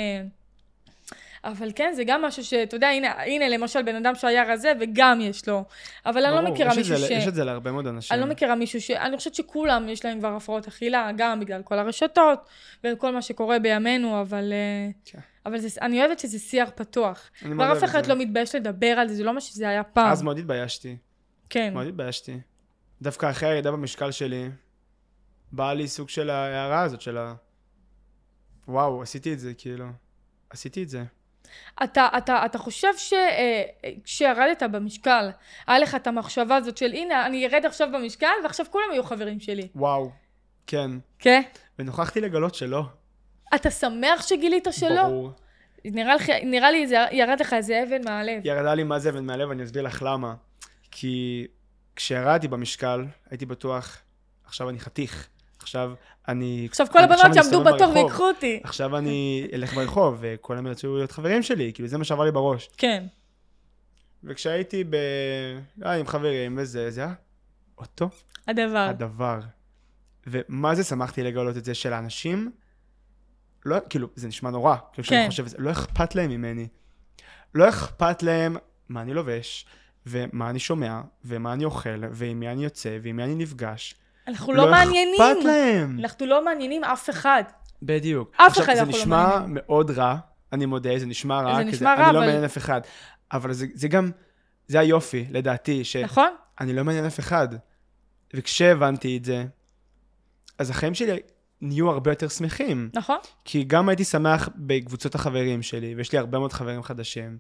אבל כן, זה גם משהו שאתה יודע, הנה, הנה למשל בן אדם שהיה רזה, וגם יש לו. אבל אני לא מכירה מישהו ש... יש את זה להרבה מאוד אנשים. אני לא מכירה מישהו ש... אני חושבת שכולם יש להם כבר הפרעות אכילה, גם בגלל כל הרשתות, וכל מה שקורה בימינו, אבל... אבל זה, אני אוהבת שזה שיח פתוח. כבר אף אחד לא מתבייש לדבר על זה, זה לא מה שזה היה פעם. אז מאוד התביישתי. כן. מאוד התביישתי. דווקא אחרי הירידה במשקל שלי, באה לי סוג של ההערה הזאת, של ה... וואו, עשיתי את זה, כאילו. עשיתי את זה. אתה, אתה, אתה חושב שכשירדת במשקל, היה לך את המחשבה הזאת של, הנה, אני ירד עכשיו במשקל, ועכשיו כולם יהיו חברים שלי. וואו, כן. כן? ונוכחתי לגלות שלא. אתה שמח שגילית שלא? ברור. נראה, לך, נראה לי, ירד לך איזה אבן מהלב. ירדה לי מה זה אבן מהלב, אני אסביר לך למה. כי כשירדתי במשקל, הייתי בטוח, עכשיו אני חתיך. עכשיו אני... עכשיו כל הבנות שעמדו בתור ויקחו אותי. עכשיו אני אלך ברחוב, וכולם ירצו להיות חברים שלי, כאילו זה מה שעבר לי בראש. כן. וכשהייתי ב... אה, עם חברים וזה, זה היה אותו. הדבר. הדבר. ומה זה שמחתי לגלות את זה של האנשים? לא, כאילו, זה נשמע נורא. כאילו שאני חושב, לא אכפת להם ממני. לא אכפת להם מה אני לובש, ומה אני שומע, ומה אני אוכל, ועם מי אני יוצא, ועם מי אני נפגש. אנחנו לא מעניינים. לא אכפת להם. אנחנו לא מעניינים אף אחד. בדיוק. אף אחד אנחנו לא מעניינים. זה נשמע מאוד רע, אני מודה, זה נשמע רע, זה כי נשמע רע, אני אבל... לא מעניין אף אחד. אבל זה, זה גם, זה היופי, לדעתי, ש... נכון? אני לא מעניין אף אחד. וכשהבנתי את זה, אז החיים שלי נהיו הרבה יותר שמחים. נכון. כי גם הייתי שמח בקבוצות החברים שלי, ויש לי הרבה מאוד חברים חדשים.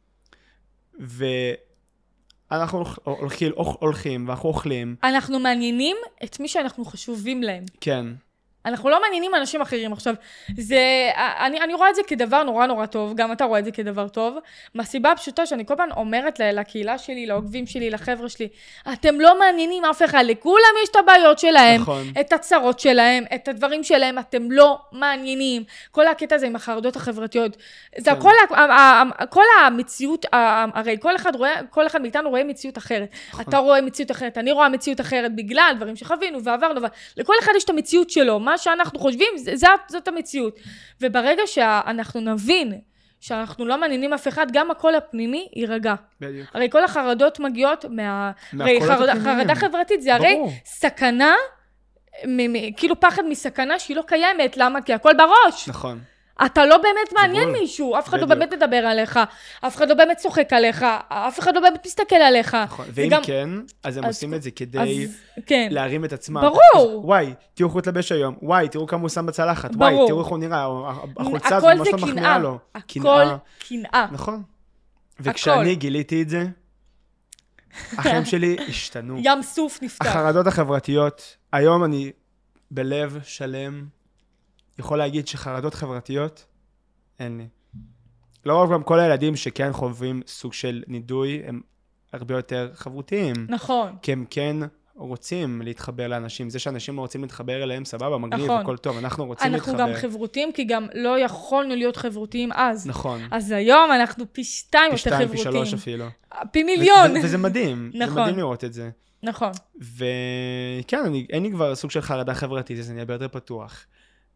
ואנחנו הולכים, הולכים, ואנחנו אוכלים. אנחנו מעניינים את מי שאנחנו חשובים להם. כן. אנחנו לא מעניינים אנשים אחרים. עכשיו, זה, אני, אני רואה את זה כדבר נורא נורא טוב, גם אתה רואה את זה כדבר טוב, מהסיבה הפשוטה שאני כל פעם אומרת לקהילה שלי, לעוקבים שלי, לחבר'ה שלי, אתם לא מעניינים אף אחד, לכולם יש את הבעיות שלהם, נכון. את הצרות שלהם, את הדברים שלהם, אתם לא מעניינים. כל הקטע הזה עם החרדות החברתיות, זה כן. כל, כל המציאות, הרי כל אחד רואה, כל אחד מאיתנו רואה מציאות אחרת. נכון. אתה רואה מציאות אחרת, אני רואה מציאות אחרת בגלל דברים שחווינו ועברנו, לכל אחד יש את המציאות שלו. מה שאנחנו חושבים, זאת, זאת המציאות. וברגע שאנחנו נבין שאנחנו לא מעניינים אף אחד, גם הקול הפנימי יירגע. בדיוק. הרי כל החרדות מגיעות מה... הרי חרד... חרדה חברתית זה הרי ברור. סכנה, מ- מ- כאילו פחד מסכנה שהיא לא קיימת. למה? כי הכל בראש. נכון. אתה לא באמת מעניין בול. מישהו, אף אחד בדיוק. לא באמת מדבר עליך, אף אחד לא באמת צוחק עליך, אף אחד לא באמת מסתכל עליך. נכון, ואם גם... כן, אז הם אז... עושים את זה כדי אז... כן. להרים את עצמם. ברור. אז, וואי, תראו איך הוא התלבש היום, וואי, תראו כמה הוא שם בצלחת, ברור. וואי, תראו איך הוא נראה, החולצה הזו ממש לא מחמיאה לו. הכל קנאה. נכון. וכשאני גיליתי את זה, החיים שלי השתנו. ים סוף נפתח. החרדות החברתיות, היום אני בלב שלם, יכול להגיד שחרדות חברתיות, אין לי. לא רק גם כל הילדים שכן חווים סוג של נידוי, הם הרבה יותר חברותיים. נכון. כי הם כן רוצים להתחבר לאנשים. זה שאנשים רוצים להתחבר אליהם, סבבה, מגניב, נכון. הכל טוב, אנחנו רוצים אנחנו להתחבר. אנחנו גם חברותיים, כי גם לא יכולנו להיות חברותיים אז. נכון. אז היום אנחנו פי שתיים יותר חברותיים. פי שתיים, פי שלוש אפילו. פי מיליון. ו- ו- וזה מדהים. נכון. זה מדהים לראות את זה. נכון. וכן, אני, אין לי כבר סוג של חרדה חברתית, אז אני הרבה יותר פתוח.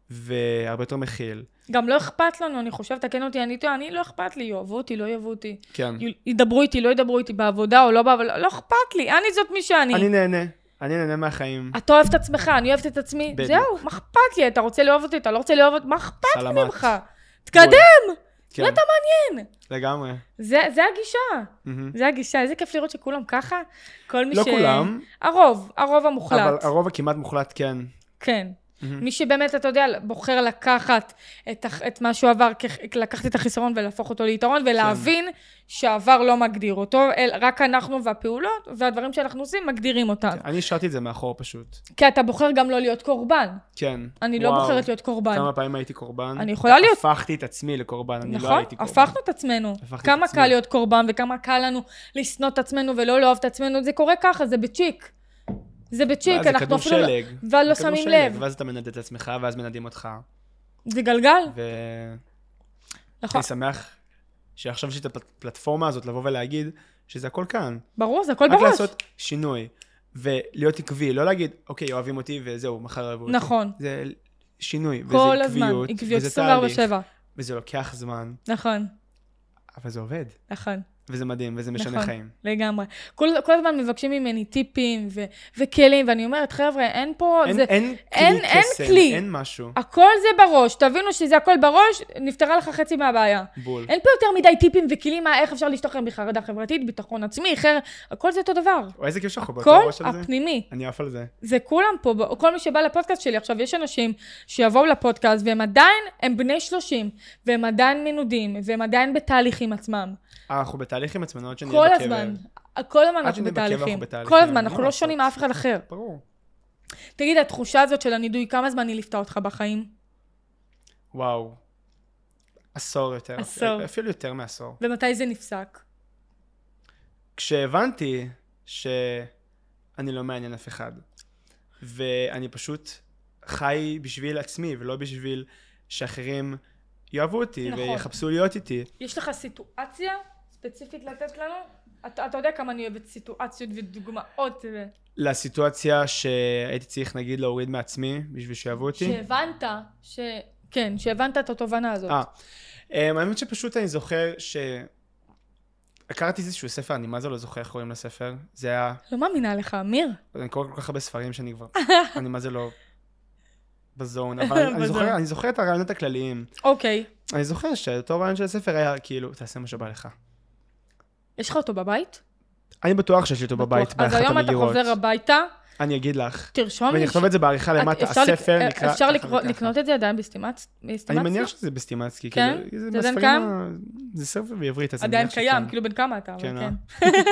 והרבה יותר מכיל. גם לא אכפת לנו, אני חושבת, תקן אותי, אני טועה, אני לא אכפת לי, יאהבו אותי, לא יאהבו אותי. כן. ידברו איתי, לא ידברו איתי בעבודה או לא בעבודה, לא אכפת לי, אני זאת מי שאני. אני נהנה, אני נהנה מהחיים. אתה אוהב את עצמך, אני אוהבת את עצמי, בדיוק. זהו, מה אכפת לי, אתה רוצה לאהוב אותי, אתה לא רוצה לאהוב אותי, מה אכפת לי סלמת. ממך? תקדם! כן. מה אתה מעניין? לגמרי. זה, זה הגישה, מהמם. זה הגישה, איזה כיף לראות שכולם ככה, כל מי לא ש... כולם. הרוב, הרוב המוחלט. אבל הרוב הכמעט מוחלט כן. כן. מהמם. מי שבאמת, אתה יודע, בוחר לקחת את, הח- את מה שהוא עבר, כ- לקחת את החיסרון ולהפוך אותו ליתרון, ולהבין שהעבר לא מגדיר אותו, אל, רק אנחנו והפעולות והדברים שאנחנו עושים מגדירים אותם. אני השארתי את זה מאחור פשוט. כי אתה בוחר גם לא להיות קורבן. כן. אני לא וואו. בוחרת להיות קורבן. כמה פעמים הייתי קורבן. אני יכולה להיות- הפכתי את עצמי לקורבן, אני לא נכון? הייתי קורבן. הפכנו את עצמנו. הפכתי את כמה עצמי. קל להיות קורבן וכמה קל לנו לשנוא את עצמנו ולא לאהוב את עצמנו. זה קורה ככה, זה בצ'יק. זה בצ'יק, ואז זה אנחנו כדור אפילו לא- שלג. ולא זה כדור שמים שלג, לב. ואז אתה מנד את עצמך, ואז מנדים אותך. זה גלגל. ואני נכון. שמח שעכשיו יש את הפלטפורמה הזאת לבוא ולהגיד שזה הכל כאן. ברור, זה הכל רק בראש. לעשות שינוי, ולהיות עקבי, לא להגיד, אוקיי, אוהבים אותי וזהו, מחר אוהבו אותי. נכון. זה שינוי, וזה כל הזמן. עקביות, עקביות וזה עשרים וארבע תהליך, שבע. וזה לוקח זמן, נכון. אבל זה עובד, נכון. וזה מדהים, וזה משנה נכון. חיים. לגמרי. כל, כל הזמן מבקשים ממני טיפים ו- וכלים, ואני אומרת, חבר'ה, אין פה... אין, זה, אין אין- כלי אין קסם, כלי. אין משהו. הכל זה בראש. תבינו שזה הכל בראש, נפתרה לך חצי מהבעיה. בול. אין פה יותר מדי טיפים וכלים, מה, איך אפשר להשתחרר מחרדה חברתית, ביטחון עצמי, חר... הכל זה אותו דבר. או איזה כיף שאנחנו באותו הכל ראש על זה. הפנימי. אני עף על זה. זה כולם פה, כל מי שבא לפודקאסט שלי, עכשיו יש אנשים שיבואו לפודקאסט, והם עדיין, הם בני שלושים, והם עדיין מנודים, והם עדיין בתהליכים עצמם. אנחנו בתהליך עם עצמנו, עד שנהיה כל בקבר. הזמן, כל הזמן עד אנחנו שנהיה בקבר, בתהליכים. אנחנו בתהליכים, כל הזמן, אין אנחנו מה לא לעשות. שונים מאף אחד אחר. ברור. תגיד, התחושה הזאת של הנידוי, כמה זמן היא ליוותה אותך בחיים? וואו. עשור יותר. עשור. אפילו יותר מעשור. ומתי זה נפסק? כשהבנתי שאני לא מעניין אף אחד, ואני פשוט חי בשביל עצמי, ולא בשביל שאחרים יאהבו אותי, נכון. ויחפשו להיות איתי. יש לך סיטואציה ספציפית לתת לנו? אתה, אתה יודע כמה אני אוהבת סיטואציות ודוגמאות. ו... לסיטואציה שהייתי צריך, נגיד, להוריד מעצמי, בשביל שיאהבו אותי. שהבנת, ש... כן, שהבנת את התובנה הזאת. אה, um, האמת שפשוט אני זוכר ש... הכרתי איזשהו ספר, אני מה זה לא זוכר איך קוראים לספר. זה היה... לא מאמינה לך, אמיר. אני קורא כל כך הרבה ספרים שאני כבר... אני מה זה לא... בזון, אבל אני זוכר, אני זוכר את הרעיונות הכלליים. אוקיי. אני זוכר שאותו רעיון של הספר היה כאילו, תעשה מה שבא לך. יש לך אותו בבית? אני בטוח שיש לי אותו בבית, אז באחת היום אתה המגירות. חוזר הביתה, אני אגיד לך. תרשום ואני לי. אכתוב את זה בעריכה למטה, אפשר לק- הספר נקרא... אפשר ככה לקרוא- וככה. לקנות את זה עדיין בסטימציה? אני מניח שזה בסטימצקי, כן? כאילו, זה עדיין מהספרים קיים? ה- זה ספר בעברית, אז אני עדיין מניח קיים, שכן. כאילו בין כמה אתה, אבל כן, כן.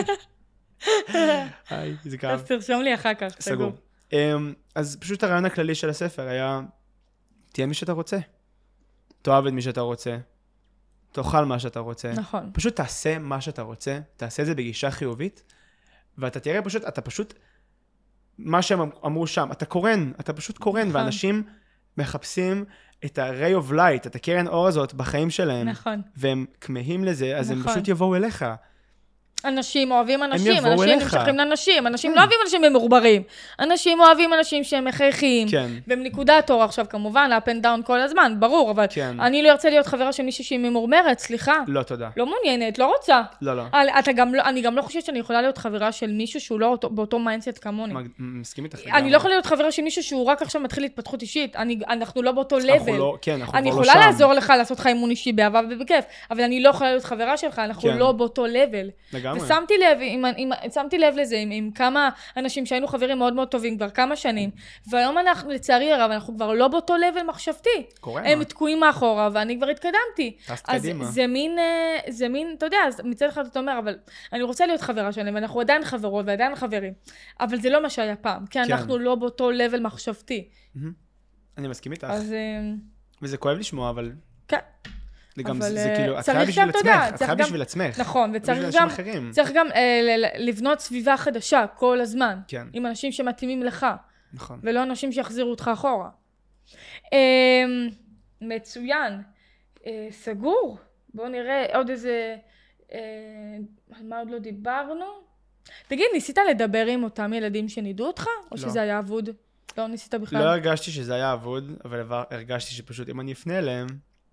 היי, זה אז כאב. תרשום לי אחר כך, סגור. סגור. אמ, אז פשוט הרעיון הכללי של הספר היה, תהיה מי שאתה רוצה. תאהב את מי שאתה רוצה. תאכל מה שאתה רוצה. נכון. פשוט תעשה מה שאתה רוצה, תעשה את זה בגישה חיובית, ואתה תראה פשוט, אתה פשוט, מה שהם אמרו שם, אתה קורן, אתה פשוט קורן, נכון. ואנשים מחפשים את ה-ray of light, את הקרן אור הזאת בחיים שלהם, נכון. והם כמהים לזה, אז הם נכון. פשוט יבואו אליך. אנשים אוהבים אנשים, יבואו אנשים אליך. נמשכים לאנשים, אנשים לא אוהבים אנשים ממורברים. אנשים אוהבים אנשים שהם מחייכים. כן. והם נקודת אור עכשיו כמובן, up and down כל הזמן, ברור, אבל כן. אני לא ארצה להיות חברה של מישהי שהיא ממורמרת, סליחה. לא, תודה. לא מעוניינת, לא רוצה. לא, לא. אבל אתה גם לא, אני גם לא חושבת שאני יכולה להיות חברה של מישהו שהוא לא אותו, באותו מיינדסט כמוני. מג- מסכים איתך אני לגמרי. לא יכולה להיות חברה של מישהו שהוא רק עכשיו מתחיל התפתחות אישית. אני, אנחנו לא באותו אנחנו לבל. לא, כן, אנחנו אני כבר לא יכולה שם. לעזור לך לעשות לך אימון אישי באהבה ובכיף, אבל אני לא יכולה להיות חברה שלך, אנחנו כן. לא באותו לבל. לגמרי. ושמתי לב, עם, עם, שמתי לב לזה עם, עם כמה אנשים שהיינו חברים מאוד מאוד טובים כבר כמה שנים, והיום אנחנו, לצערי הרב, אנחנו כבר לא באותו לבל מחשבתי. קורה, הם מה? תקועים מאחורה, ואני כבר התקדמתי. טסת אז קדימה. זה מין, אה, זה מין, אתה יודע, אז מצד אחד אתה אומר, אבל אני רוצה להיות חברה שלהם, ואנחנו עדיין חברות ועדיין חברים, אבל זה לא מה שהיה פעם, כי כן. אנחנו לא באותו לבל מחשבתי. מהמם. אני מסכים איתך. אז אה, וזה כואב לשמוע, אבל כן. זה גם, אבל, זה זה אה, כאילו, את צריך חיה גם, בשביל אתה יודע, עצמך, את צריך חיה גם- בשביל עצמך. נכון, לא בשביל וצריך אנשים גם, אחרים. צריך גם אה, ל- ל- לבנות סביבה חדשה כל הזמן, כן, עם אנשים שמתאימים לך, נכון. ולא אנשים שיחזירו אותך אחורה. אה, מצוין. אה, סגור. בואו נראה עוד איזה, אה, על מה עוד לא דיברנו? תגיד, ניסית לדבר עם אותם ילדים שנידו אותך, או לא. שזה היה אבוד? לא ניסית בכלל? לא הרגשתי שזה היה אבוד, אבל הרגשתי שפשוט אם אני אפנה אליהם,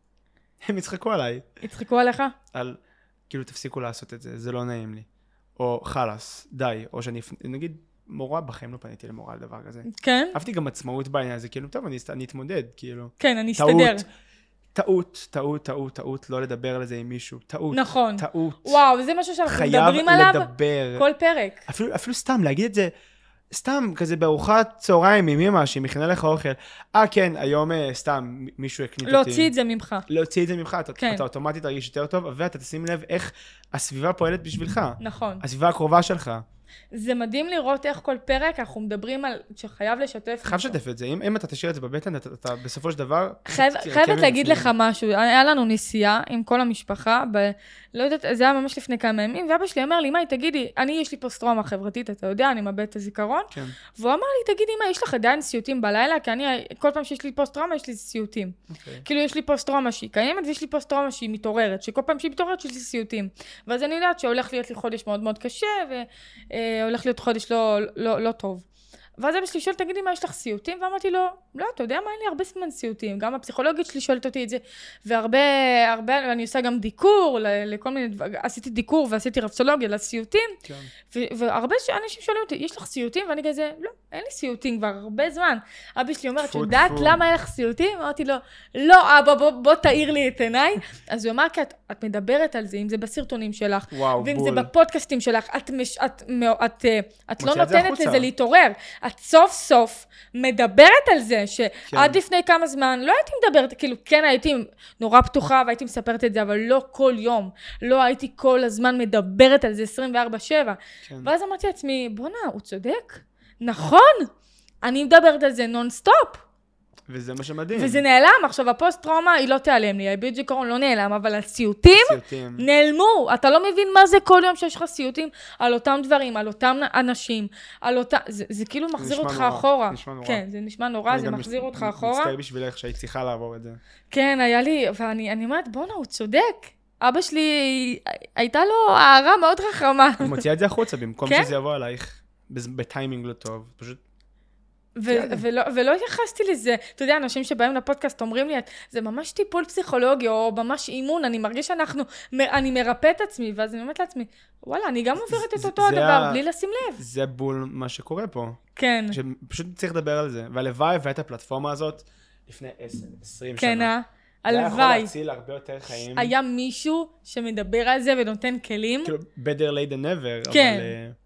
הם יצחקו עליי. יצחקו עליך? על, כאילו, תפסיקו לעשות את זה, זה לא נעים לי. או חלס, די, או שאני, נגיד, מורה בחיים לא פניתי למורה על דבר כזה. כן? אהבתי גם עצמאות בעניין הזה, כאילו, טוב, אני, אני אתמודד, כאילו. כן, אני אסתדר. טעות, טעות, טעות, טעות, לא לדבר על זה עם מישהו. טעות, נכון. טעות. וואו, זה משהו שאנחנו מדברים עליו לדבר. כל פרק. אפילו, אפילו סתם, להגיד את זה, סתם, כזה בארוחת צהריים עם אמא, שהיא מכינה לך אוכל. אה, כן, היום סתם מישהו הקנית אותי. להוציא את זה ממך. להוציא את זה ממך, אתה, כן. אתה אוטומטית תרגיש יותר טוב, ואתה תשים לב איך הסביבה פועלת בשבילך. נכון. הסביבה הקרובה שלך. זה מדהים לראות איך כל פרק אנחנו מדברים על שחייב לשתף. חייב לשתף את זה. אם, אם אתה תשאיר את זה בבטן, אתה, אתה בסופו של דבר... חייב, חייבת להגיד לך משהו. היה לנו נסיעה עם כל המשפחה, ב... לא יודעת, זה היה ממש לפני כמה ימים, ואבא שלי אמר לי, אמא, תגידי, אני יש לי פוסט-טראומה חברתית, אתה יודע, אני מאבד את הזיכרון. כן. והוא אמר לי, תגידי, אמא, יש לך עדיין סיוטים בלילה? כי אני, כל פעם שיש לי פוסט-טראומה, יש לי סיוטים. Okay. כאילו, יש לי פוסט-טראומה שהיא קיימת, ויש לי פוסט-טראומה שהיא מתעוררת, שכל פעם שהיא מתעוררת, יש לי סיוטים. ואז אני יודעת שהולך להיות לי חודש מאוד מאוד קשה, והולך להיות חודש לא, לא, לא טוב. ואז אבא שלי שואל, תגידי, מה יש לך סיוטים? ואמרתי לו, לא, אתה יודע מה, אין לי הרבה זמן סיוטים. גם הפסיכולוגית שלי שואלת אותי את זה, והרבה, הרבה, אני עושה גם דיקור, לכל מיני דבר, עשיתי דיקור ועשיתי רפסולוגיה לסיוטים, כן. ו- והרבה אנשים שואלים אותי, יש לך סיוטים? ואני כזה, לא, אין לי סיוטים כבר הרבה זמן. אבא שלי אומר, את יודעת למה אין לך סיוטים? אמרתי לו, לא, אבא, בוא, בוא תאיר לי את עיניי. אז הוא אמר, כי את, את מדברת על זה, אם זה בסרטונים שלך, וואו, ואם בול. זה בפודקאסטים שלך, את, מש, את, את, את, את לא נותנת החוצה. לזה להתעורר. את סוף סוף מדברת על זה, שעד כן. לפני כמה זמן לא הייתי מדברת, כאילו כן הייתי נורא פתוחה והייתי מספרת את זה, אבל לא כל יום, לא הייתי כל הזמן מדברת על זה עשרים וארבע שבע. כן. ואז אמרתי לעצמי, בונה, הוא צודק? נכון, אני מדברת על זה נון-סטופ. וזה מה שמדהים. וזה נעלם, עכשיו הפוסט-טראומה היא לא תיעלם לי, האיבוד זיכרון לא נעלם, אבל הסיוטים, הסיוטים נעלמו. אתה לא מבין מה זה כל יום שיש לך סיוטים על אותם דברים, על אותם אנשים, על אותם, זה, זה כאילו מחזיר אותך נורא, אחורה. נשמע נורא. כן, זה נשמע נורא, זה מחזיר מש... אותך אחורה. מצטער בשבילך שהיית צריכה לעבור את זה. כן, היה לי, ואני אני אומרת, בונה, הוא צודק. אבא שלי, הייתה לו הערה מאוד חכמה. הוא מוציאה את זה החוצה, במקום כן? שזה יבוא עלייך, בטיימינג לא טוב, פשוט... ו- ולא, ולא התייחסתי לזה. אתה יודע, אנשים שבאים לפודקאסט אומרים לי, זה ממש טיפול פסיכולוגי, או ממש אימון, אני מרגיש שאנחנו, אני מרפא את עצמי, ואז אני אומרת לעצמי, וואלה, אני גם עוברת את אותו הדבר, ה... בלי לשים לב. זה בול מה שקורה פה. כן. שפשוט צריך לדבר על זה. והלוואי ואת הפלטפורמה הזאת, לפני עשר, עשרים כן, שנה. כן, הלוואי. זה היה יכול להציל הרבה יותר חיים. היה מישהו שמדבר על זה ונותן כלים. כאילו, better late than never, כן. אבל...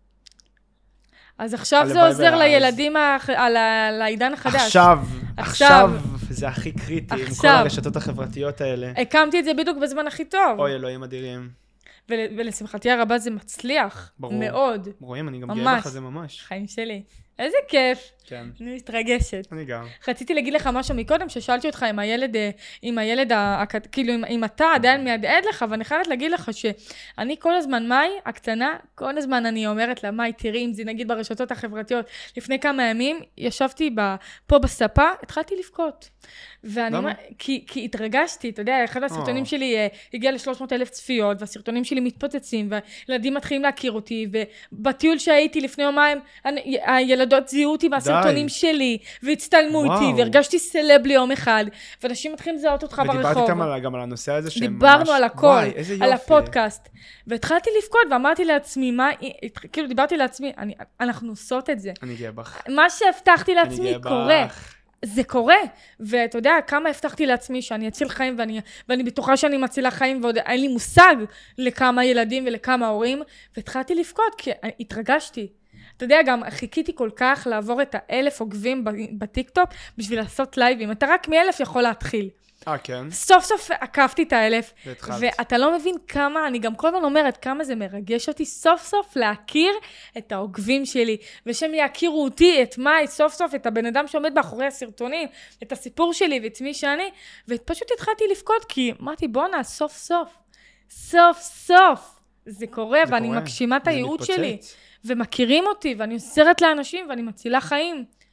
אז עכשיו זה עוזר לילדים על העידן החדש. עכשיו, עכשיו, זה הכי קריטי עם כל הרשתות החברתיות האלה. הקמתי את זה בדיוק בזמן הכי טוב. אוי, אלוהים אדירים. ולשמחתי הרבה זה מצליח. מאוד. רואים, אני גם גאה בך זה ממש. חיים שלי. איזה כיף. כן. אני מתרגשת. אני גם. רציתי להגיד לך משהו מקודם, ששאלתי אותך עם הילד, עם הילד, כאילו, אם אתה עדיין מהדהד לך, ואני חייבת להגיד לך שאני כל הזמן, מאי, הקטנה, כל הזמן אני אומרת לה, מאי, תראי, אם זה נגיד ברשתות החברתיות, לפני כמה ימים, ישבתי פה בספה, התחלתי לבכות. ואני, כי, כי התרגשתי, אתה יודע, אחד הסרטונים שלי הגיע ל-שלוש מאות אלף צפיות, והסרטונים שלי מתפוצצים, והילדים מתחילים להכיר אותי, ובטיול שהייתי לפני יומיים, הילדות זיהו אותי מהסרטונים שלי, והצטלמו איתי, והרגשתי סלב ליום אחד, ואנשים מתחילים לזהות אותך ברחוב. ודיברתי איתם גם על הנושא הזה שהם ממש... דיברנו על הכל, על הפודקאסט. והתחלתי לבכות, ואמרתי לעצמי, מה, כאילו דיברתי לעצמי, אנחנו עושות את זה. אני גאה בך. מה שהבטחתי לעצמי קורה. זה קורה, ואתה יודע כמה הבטחתי לעצמי שאני אציל חיים, ואני, ואני בטוחה שאני מצילה חיים, ועוד אין לי מושג לכמה ילדים ולכמה הורים, והתחלתי לבכות, כי התרגשתי. אתה יודע, גם חיכיתי כל כך לעבור את האלף עוקבים בטיקטוק, בשביל לעשות לייבים. אתה רק מאלף יכול להתחיל. אה, כן. סוף סוף עקפתי את האלף, והתחלת. ואתה לא מבין כמה, אני גם כל הזמן אומרת, כמה זה מרגש אותי סוף סוף להכיר את העוקבים שלי, ושהם יכירו אותי, את מאי, סוף סוף, את הבן אדם שעומד מאחורי הסרטונים, את הסיפור שלי ואת מי שאני, ופשוט התחלתי לפקוד, כי אמרתי, בוא נה, סוף סוף, סוף סוף, זה קורה, זה ואני קורה. מגשימה את הייעוד שלי, ומכירים אותי, ואני עוזרת לאנשים, ואני מצילה חיים.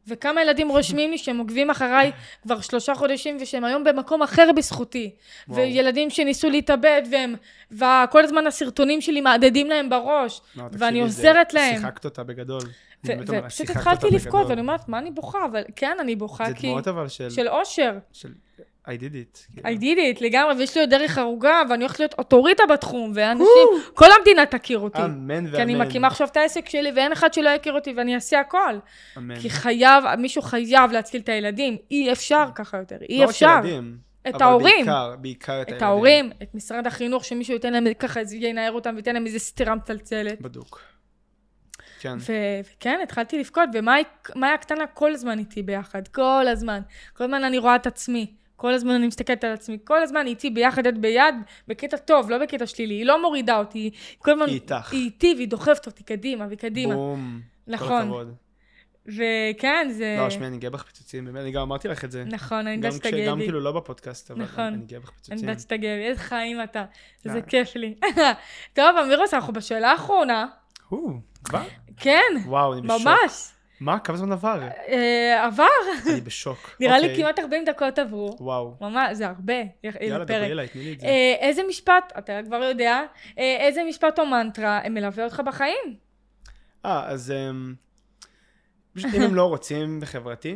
וכמה ילדים רושמים לי שהם עוקבים אחריי כבר שלושה חודשים, ושהם היום במקום אחר בזכותי. וואו. וילדים שניסו להתאבד, והם, וכל הזמן הסרטונים שלי מעדדים להם בראש, לא, ואני תקשיבי, עוזרת זה- להם. שיחקת אותה בגדול. ו- אני באמת אומר, ופשוט שיחקת התחלתי אותה לבכות, בגדול. ואני אומרת, מה אני בוכה? אבל כן, אני בוכה זה כי... דמעות אבל של... של אושר. של... I did it. I did it, לגמרי, ויש לי עוד דרך ארוכה, ואני הולכת להיות אוטוריטה בתחום, ואנשים, כל המדינה תכיר אותי. אמן ואמן. כי אני מקימה עכשיו את העסק שלי, ואין אחד שלא יכיר אותי, ואני אעשה הכל. אמן. כי חייב, מישהו חייב להציל את הילדים. אי אפשר ככה יותר, אי אפשר. לא רק ילדים, את אבל ההורים. בעיקר, בעיקר את את הילדים. ההורים, את משרד החינוך, שמישהו ייתן להם ככה, ינער אותם, וייתן להם איזה סתירה מצלצלת. בדוק. כן. ו- וכן, התחלתי לבכות, ומאי הקטנה כל הזמן איתי ביחד, כל הזמן. כל הזמן אני רואה את עצמי. כל הזמן אני מסתכלת על עצמי, כל הזמן איתי ביחד את ביד, בקטע טוב, לא בקטע שלילי, היא לא מורידה אותי, היא כל הזמן, היא איתך. היא איתי והיא דוחפת אותי קדימה וקדימה. בום. נכון. כל הכבוד. וכן, זה... לא, שמי, אני גאה בך פיצוצים, באמת, אני גם אמרתי לך את זה. נכון, אני גם יודעת שאתה כש- גאה גם בי. כאילו לא בפודקאסט, אבל נכון. אני גאה בך אני פיצוצים. יודעת שאתה גאה בי, איזה חיים אתה. זה אה. כיף לי. טוב, אמירוס, אנחנו בשאלה האחרונה. הו, כבר? כן, וואו, אני בשוק. ממש. מה? כמה זמן עבר? אה, עבר. אני בשוק. נראה לי אוקיי. כמעט ארבעים דקות עברו. וואו. ממש, זה הרבה. יאללה, דברי אליי, תני לי את זה. אה, איזה משפט, אתה כבר יודע, אה, איזה משפט או מנטרה מלווה אותך בחיים? אה, אז אמ, פשוט אם הם לא רוצים בחברתי,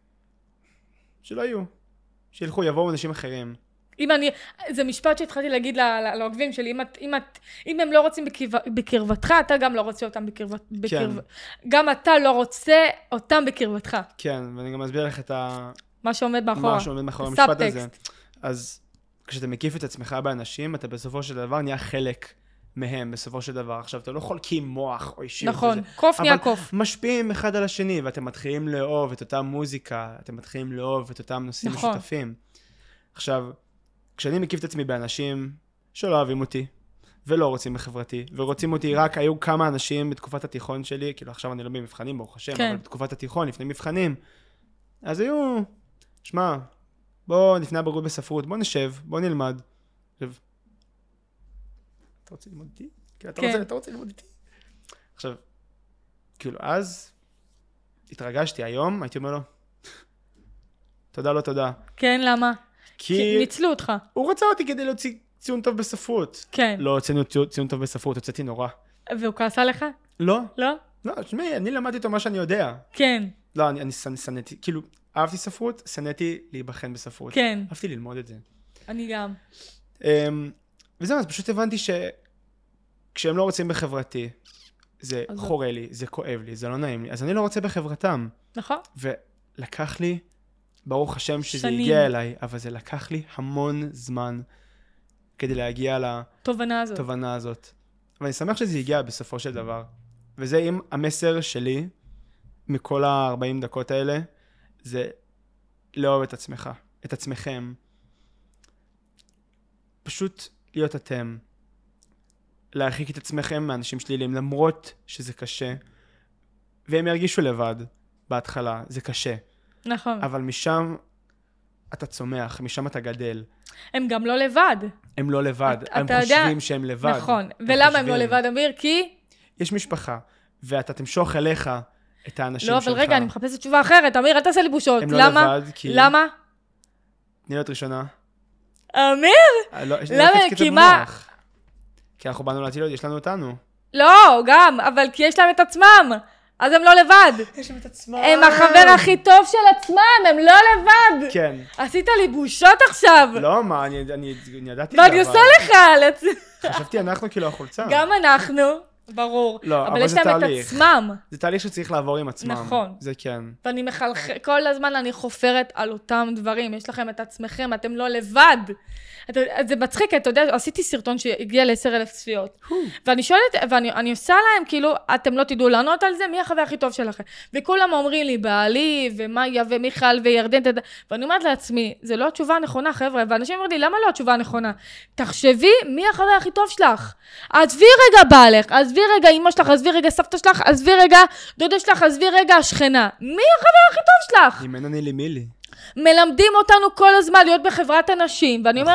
שלא יהיו. שילכו, יבואו אנשים אחרים. אם אני, זה משפט שהתחלתי להגיד ל- ל- לעוקבים שלי, אם, את, אם, את, אם הם לא רוצים בקרב, בקרבתך, אתה גם לא רוצה אותם בקרבת, בקרב, גם אתה לא רוצה אותם בקרבתך. כן, ואני גם אסביר לך את ה... מה שעומד מאחורה. מה שעומד מאחורי המשפט הזה. סאבטקסט. אז כשאתה מקיף את עצמך באנשים, אתה בסופו של דבר נהיה חלק מהם, בסופו של דבר. עכשיו, אתה לא חולקים מוח או אישיות. נכון, וזה, קוף נהיה קוף. אבל משפיעים אחד על השני, ואתם מתחילים לאהוב את אותה מוזיקה, אתם מתחילים לאהוב את אותם נושאים נכון. משותפים. עכשיו, כשאני מקיף את עצמי באנשים שלא אוהבים אותי, ולא רוצים בחברתי, ורוצים אותי רק, היו כמה אנשים בתקופת התיכון שלי, כאילו עכשיו אני לא במבחנים, ברוך השם, כן. אבל בתקופת התיכון, לפני מבחנים, אז היו, שמע, בוא נפנה בגרות בספרות, בוא נשב, בוא נלמד. עכשיו, אתה רוצה ללמוד איתי? כאילו, אתה כן. רוצה, אתה רוצה ללמוד איתי? עכשיו, כאילו, אז התרגשתי היום, הייתי אומר לו, תודה, לא תודה. כן, למה? כי כי ניצלו אותך. הוא רצה אותי כדי להוציא ציון טוב בספרות. כן. לא הוצאנו ציון- ציון טוב בספרות, הוצאתי נורא. והוא כעס עליך? לא, לא? לא, תשמעי, אני למדתי אותו מה שאני יודע. כן, לא, אני, אני שנ- שנאתי, כאילו, אהבתי ספרות, שנאתי להיבחן בספרות. כן. אהבתי ללמוד את זה. אני גם. אמ, וזהו, אז פשוט הבנתי שכשהם לא רוצים בחברתי, זה אז- חורה לי, זה כואב לי, זה לא נעים לי, אז אני לא רוצה בחברתם. נכון? ולקח לי, ברוך השם שזה שנים. הגיע אליי, אבל זה לקח לי המון זמן כדי להגיע תובנה הזאת. לתובנה הזאת. ואני שמח שזה הגיע בסופו של דבר. וזה עם המסר שלי, מכל ה-ארבעים דקות האלה, זה לאהוב את עצמך, את עצמכם. פשוט להיות אתם. להרחיק את עצמכם מאנשים שליליים, למרות שזה קשה. והם ירגישו לבד בהתחלה, זה קשה. נכון. אבל משם אתה צומח, משם אתה גדל. הם גם לא לבד. הם לא לבד, את- הם אתה יודע- חושבים שהם לבד. נכון. ולמה הם לא חושבים. לבד, אמיר? כי... יש משפחה, ואתה תמשוך אליך את האנשים לא, שלך. אבל רגע, אני מחפשת תשובה אחרת. אמיר, אל תעשה לי בושות. הם לא למה? לבד, כי... למה? תני לו את ראשונה. אמיר? אה, לא, יש לי למה? לחץ קצת כי מה? במוח. כי אנחנו באנו להציל, יש לנו אותנו. לא, גם, אבל כי יש להם את עצמם. אז הם לא לבד. יש להם את עצמם. הם החבר הכי טוב של עצמם, הם לא לבד. כן. עשית לי בושות עכשיו. לא, מה, אני, אני, אני ידעתי את ואני זה, עושה אבל- לך, לצ- חשבתי אנחנו כאילו החולצה. גם אנחנו, ברור. לא, אבל אבל יש זה להם את תהליך. עצמם. זה תהליך שצריך לעבור עם עצמם. נכון. זה כן. ואני מחלחל, כל הזמן אני חופרת על אותם דברים. יש לכם את עצמכם, אתם לא לבד. אתה, זה מצחיק, אתה יודע, עשיתי סרטון שהגיע ל-עשרת אלפים צפיות. ואני שואלת, ואני אני עושה להם, כאילו, אתם לא תדעו לענות על זה, מי החבר הכי טוב שלכם? וכולם אומרים לי, בעלי, ומאיה, ומיכל, וירדן, תדע. ואני אומרת לעצמי, זה לא התשובה הנכונה, חבר'ה. ואנשים אומרים לי, למה לא התשובה הנכונה? תחשבי, מי החבר הכי טוב שלך? עזבי רגע בעלך, עזבי רגע אמא שלך, עזבי רגע סבתא שלך, עזבי רגע דודה שלך, עזבי רגע השכנה. מי החבר הכי טוב שלך? אם אין אני לי מי לי. מלמדים אותנו כל הזמן להיות בחברת אנשים, ואני נכון. אומרת,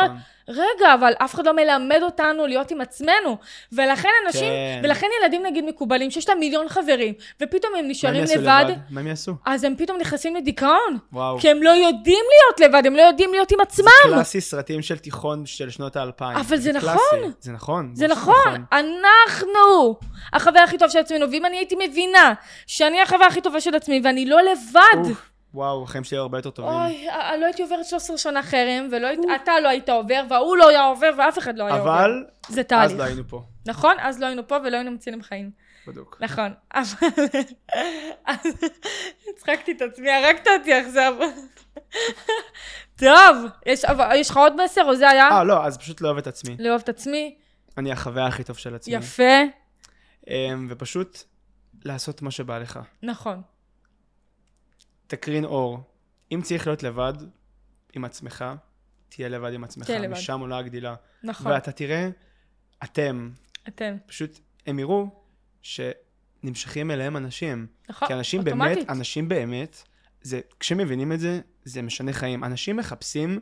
רגע, אבל אף אחד לא מלמד אותנו להיות עם עצמנו. ולכן אנשים, כן. ולכן ילדים נגיד מקובלים, שיש להם מיליון חברים, ופתאום הם נשארים מה הם לבד. לבד? מה הם יעשו? אז הם פתאום נכנסים לדיכאון. וואו. כי הם לא יודעים להיות לבד, הם לא יודעים להיות עם עצמם. זה קלאסי סרטים של תיכון של שנות האלפיים. אבל זה קלאסי. נכון. זה נכון. זה נכון. אנחנו החבר הכי טוב של עצמנו, ואם אני הייתי מבינה שאני החבר הכי טובה של עצמי, ואני לא לבד. אוף, וואו, החיים שלי הרבה יותר טובים. אוי, לא הייתי עוברת שלוש עשרה שנה חרם, ואתה לא היית עובר, והוא לא היה עובר, ואף אחד לא היה עובר. אבל, זה תהליך. אז לא היינו פה. נכון? אז לא היינו פה ולא היינו מצילים חיים. בדיוק. נכון. אבל... הצחקתי את עצמי, הרגת אותי עכשיו. טוב, יש, יש לך עוד מסר או זה היה? אה, לא, אז פשוט לאהוב את עצמי. לאהוב את עצמי. אני החוויה הכי טוב של עצמי. יפה. ופשוט לעשות מה שבא לך. נכון. תקרין אור. אם צריך להיות לבד עם עצמך, תהיה לבד עם עצמך. תהיה לבד. משם עולה הגדילה. נכון. ואתה תראה, אתם, אתם. פשוט, הם יראו שנמשכים אליהם אנשים. נכון, כי אנשים אוטומטית. באמת, אנשים באמת, זה, כשמבינים את זה, זה משנה חיים. אנשים מחפשים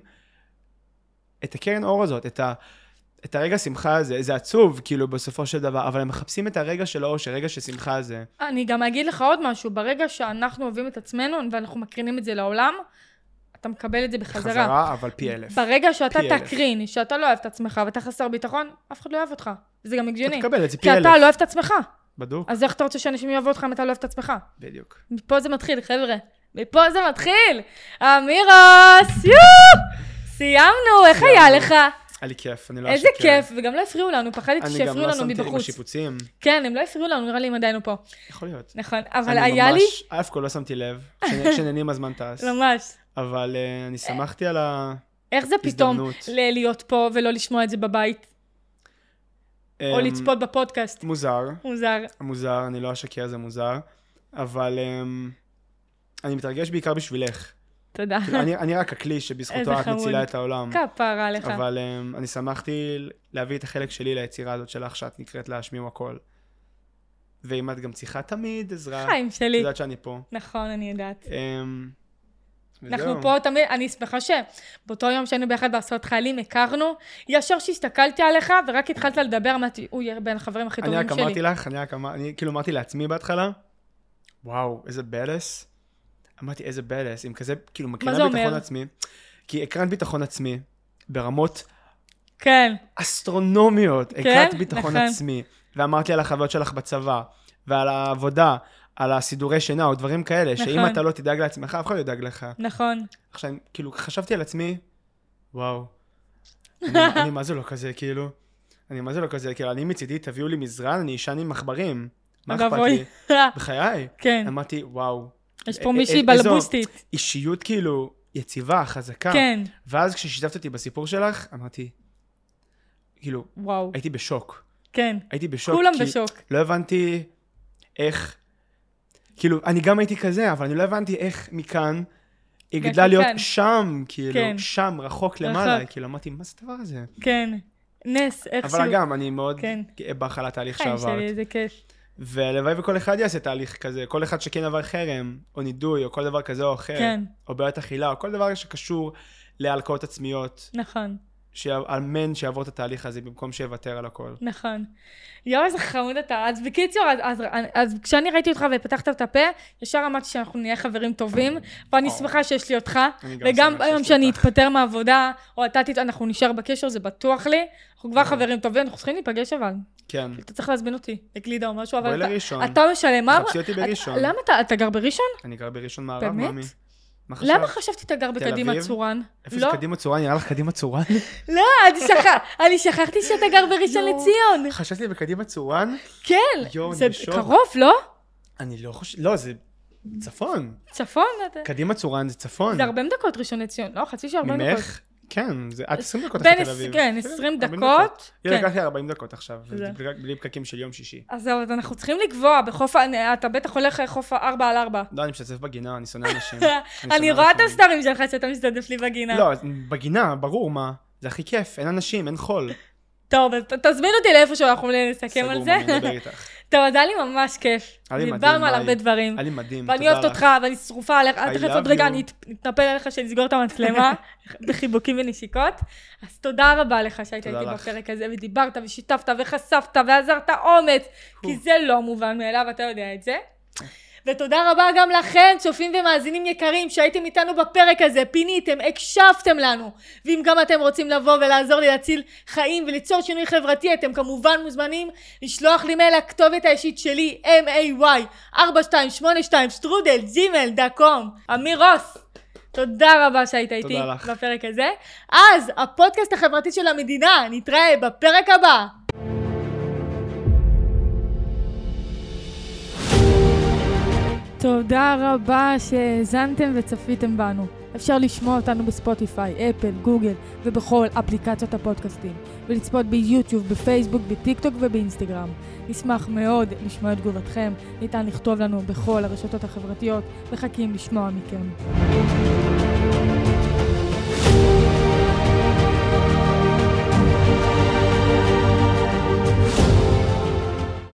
את הקרן אור הזאת, את ה... את הרגע שמחה הזה, זה עצוב, כאילו, בסופו של דבר, אבל הם מחפשים את הרגע של האושר, רגע של שמחה הזה. אני גם אגיד לך עוד משהו, ברגע שאנחנו אוהבים את עצמנו, ואנחנו מקרינים את זה לעולם, אתה מקבל את זה בחזרה. חזרה, אבל פי אלף. ברגע שאתה פי אלף. תקרין, שאתה לא אוהב את עצמך, ואתה חסר ביטחון, אף אחד לא אוהב אותך. זה גם הגיוני. אתה תקבל את זה פי כי אלף. אתה לא אוהב את עצמך. בדוק. אז איך אתה רוצה שאנשים יאהבו אותך אם אתה לא אוהב את עצמך? בדיוק. מפה זה מתחיל, חבר'ה. מפה זה מתחיל. אמירוס, יואו! סיימנו, איך היה לך? היה לי כיף, אני לא איזה אשקר. כיף, וגם לא הפריעו לנו, פחדתי שיפריעו לנו אני גם לא שמתי עם מבחוץ. השיפוצים. כן, הם לא הפריעו לנו, נראה לי אם עדיין הוא פה. יכול להיות. נכון, אבל אני היה לי... ממש, אף כל לא שמתי לב, כשנ- כשנהנים הזמן טס. ממש. אבל אה, אני שמחתי על ה... איך זה פתאום הזדמנות. ל- להיות פה ולא לשמוע את זה בבית? או אמ, לצפות בפודקאסט? מוזר, מוזר. מוזר, אני לא אשקר, זה מוזר. אבל אמ, אני מתרגש בעיקר בשבילך. תודה. כאילו, אני אני רק הכלי איזה שבזכותו את חמוד. מצילה את העולם. כפרה עליך. אבל um, אני שמחתי להביא את החלק שלי ליצירה הזאת שלך, שאת נקראת להשמיעו הכל. ואם את גם צריכה תמיד עזרה, חיים שלי. את יודעת שאני פה. נכון, אני יודעת. Um, אנחנו פה תמיד, אני שמחה שבאותו יום שהיינו ביחד בעשרות חיילים, הכרנו, ישר שהסתכלתי עליך ורק התחלת לדבר, אמרתי, הוא יהיה בין החברים הכי אני טובים רק שלי. אמרתי לך, אני רק אמר, אני כאילו אמרתי לעצמי בהתחלה, וואו, איזה בלס. אמרתי, איזה בלס, עם כזה, כאילו, מקרינה זה ביטחון אומר? עצמי. כי הקרנת ביטחון עצמי, ברמות כן. אסטרונומיות, כן? הקרנת ביטחון נכון. עצמי, ואמרתי על החוויות שלך בצבא, ועל העבודה, על הסידורי שינה, או דברים כאלה, שאם נכון. אתה לא תדאג לעצמך, אף אחד לא ידאג לך. נכון. עכשיו, כאילו, חשבתי על עצמי, וואו, אני, אני מה זה לא כזה, כאילו, אני מה זה לא כזה, כאילו, אני מצידי, תביאו לי מזרן, אני אישן עם מחברים, מה אכפת אבוי. לי? בחיי. כן. אמרתי, וואו. יש פה א- מישהי א- איזו בלבוסטית. אישיות, כאילו, יציבה, חזקה. כן. ואז כששיתפת אותי בסיפור שלך, אמרתי, כאילו, וואו. הייתי בשוק. כן. הייתי בשוק. כולם כי בשוק. לא הבנתי איך, כאילו, אני גם הייתי כזה, אבל אני לא הבנתי איך מכאן היא גדלה להיות כאן. שם, כאילו, כן. שם, רחוק למעלה. רחוק. כאילו, אמרתי, מה זה הדבר הזה? כן. נס, איכשהו. אבל גם, אני מאוד כן. גאה בך על התהליך חיים שעברת. שלי, איזה כיף. והלוואי וכל אחד יעשה תהליך כזה, כל אחד שכן עבר חרם, או נידוי, או כל דבר כזה או אחר, כן. או בעיית אכילה, או כל דבר שקשור להלקאות עצמיות, נכון. שאמן שיעבור את התהליך הזה במקום שיוותר על הכל. נכון. יואו, איזה חמוד אתה. אז בקיצור, אז, אז, אז כשאני ראיתי אותך ופתחת את הפה, ישר אמרתי שאנחנו נהיה חברים טובים, ואני או. שמחה שיש לי אותך, אני גם וגם שמח שיש היום לי שאני אותך. אתפטר מהעבודה, או אתה תת... אנחנו נשאר בקשר, זה בטוח לי. אנחנו כבר או. חברים טובים, אנחנו צריכים להיפגש אבל. כן. אתה צריך להזמין אותי, לגלידה או משהו, בואי אבל אתה, לראשון. אתה משלם. מה- חפשי אותי אתה- בראשון. למה אתה, אתה גר בראשון? אני גר בראשון מערב, באמת? מאמי. מה חשבת? למה חשבתי אתה גר בקדימה אביב? צורן? איפה לא, זה קדימה צורן? נראה לך קדימה צורן? לא, אני שכח- אני שכחתי שאתה גר בראשון יואו. לציון. חשבתי בקדימה צורן? כן, יואו, זה אני בשוק. קרוב, לא? אני לא חושב... לא, זה צפון. צפון? אתה- קדימה צורן זה צפון. זה ארבעים דקות ראשון לציון, לא? חצי שעה ארבעים דקות. ממך? כן, זה עד עשרים דקות בין אחרי תל עש- אביב. כן, עשרים ארבעים דקות. הנה, כן. לקח לי ארבעים דקות עכשיו, זה. בלי- בלי פקקים של יום שישי. אז זהו, אז אנחנו צריכים לקבוע בחוף, ה- אתה בטח הולך חוף ארבע על ארבע. לא, אני משתתף בגינה, אני שונא אנשים. אני שונא רואה את אנשים. הסטורים שלך שאתה משתתף לי בגינה. לא, בגינה, ברור מה. זה הכי כיף, אין אנשים, אין חול. טוב, אז ת- תזמין אותי לאיפשהו, אנחנו נסכם על סגור, זה. אני מדבר איתך. טוב, אז היה לי ממש כיף. דיברנו על הרבה דברים. היה לי מדהים, ואני אוהבת אותך, ואני שרופה עליך. אל תכף עוד רגע, אני אתנפל עליך שנסגור את המצלמה, בחיבוקים ונשיקות. אז תודה רבה לך שהיית איתי בפרק הזה, ודיברת ושיתפת וחשפת ועזרת אומץ, כי זה לא מובן מאליו, אתה יודע את זה. ותודה רבה גם לכם, צופים ומאזינים יקרים, שהייתם איתנו בפרק הזה, פיניתם, הקשבתם לנו. ואם גם אתם רוצים לבוא ולעזור לי להציל חיים וליצור שינוי חברתי, אתם כמובן מוזמנים לשלוח לי מייל לכתובת האישית שלי, אם איי וואי ארבע שתיים שמונה שתיים שטרודל ג'ימייל דוט קום. אמיר רוס, תודה רבה שהיית איתי בפרק הזה. אז הפודקאסט החברתי של המדינה, נתראה בפרק הבא. תודה רבה שהזנתם וצפיתם בנו. אפשר לשמוע אותנו בספוטיפיי, אפל, גוגל ובכל אפליקציות הפודקאסטים, ולצפות ביוטיוב, בפייסבוק, בטיקטוק ובאינסטגרם. נשמח מאוד לשמוע את תגובתכם, ניתן לכתוב לנו בכל הרשתות החברתיות, מחכים לשמוע מכם.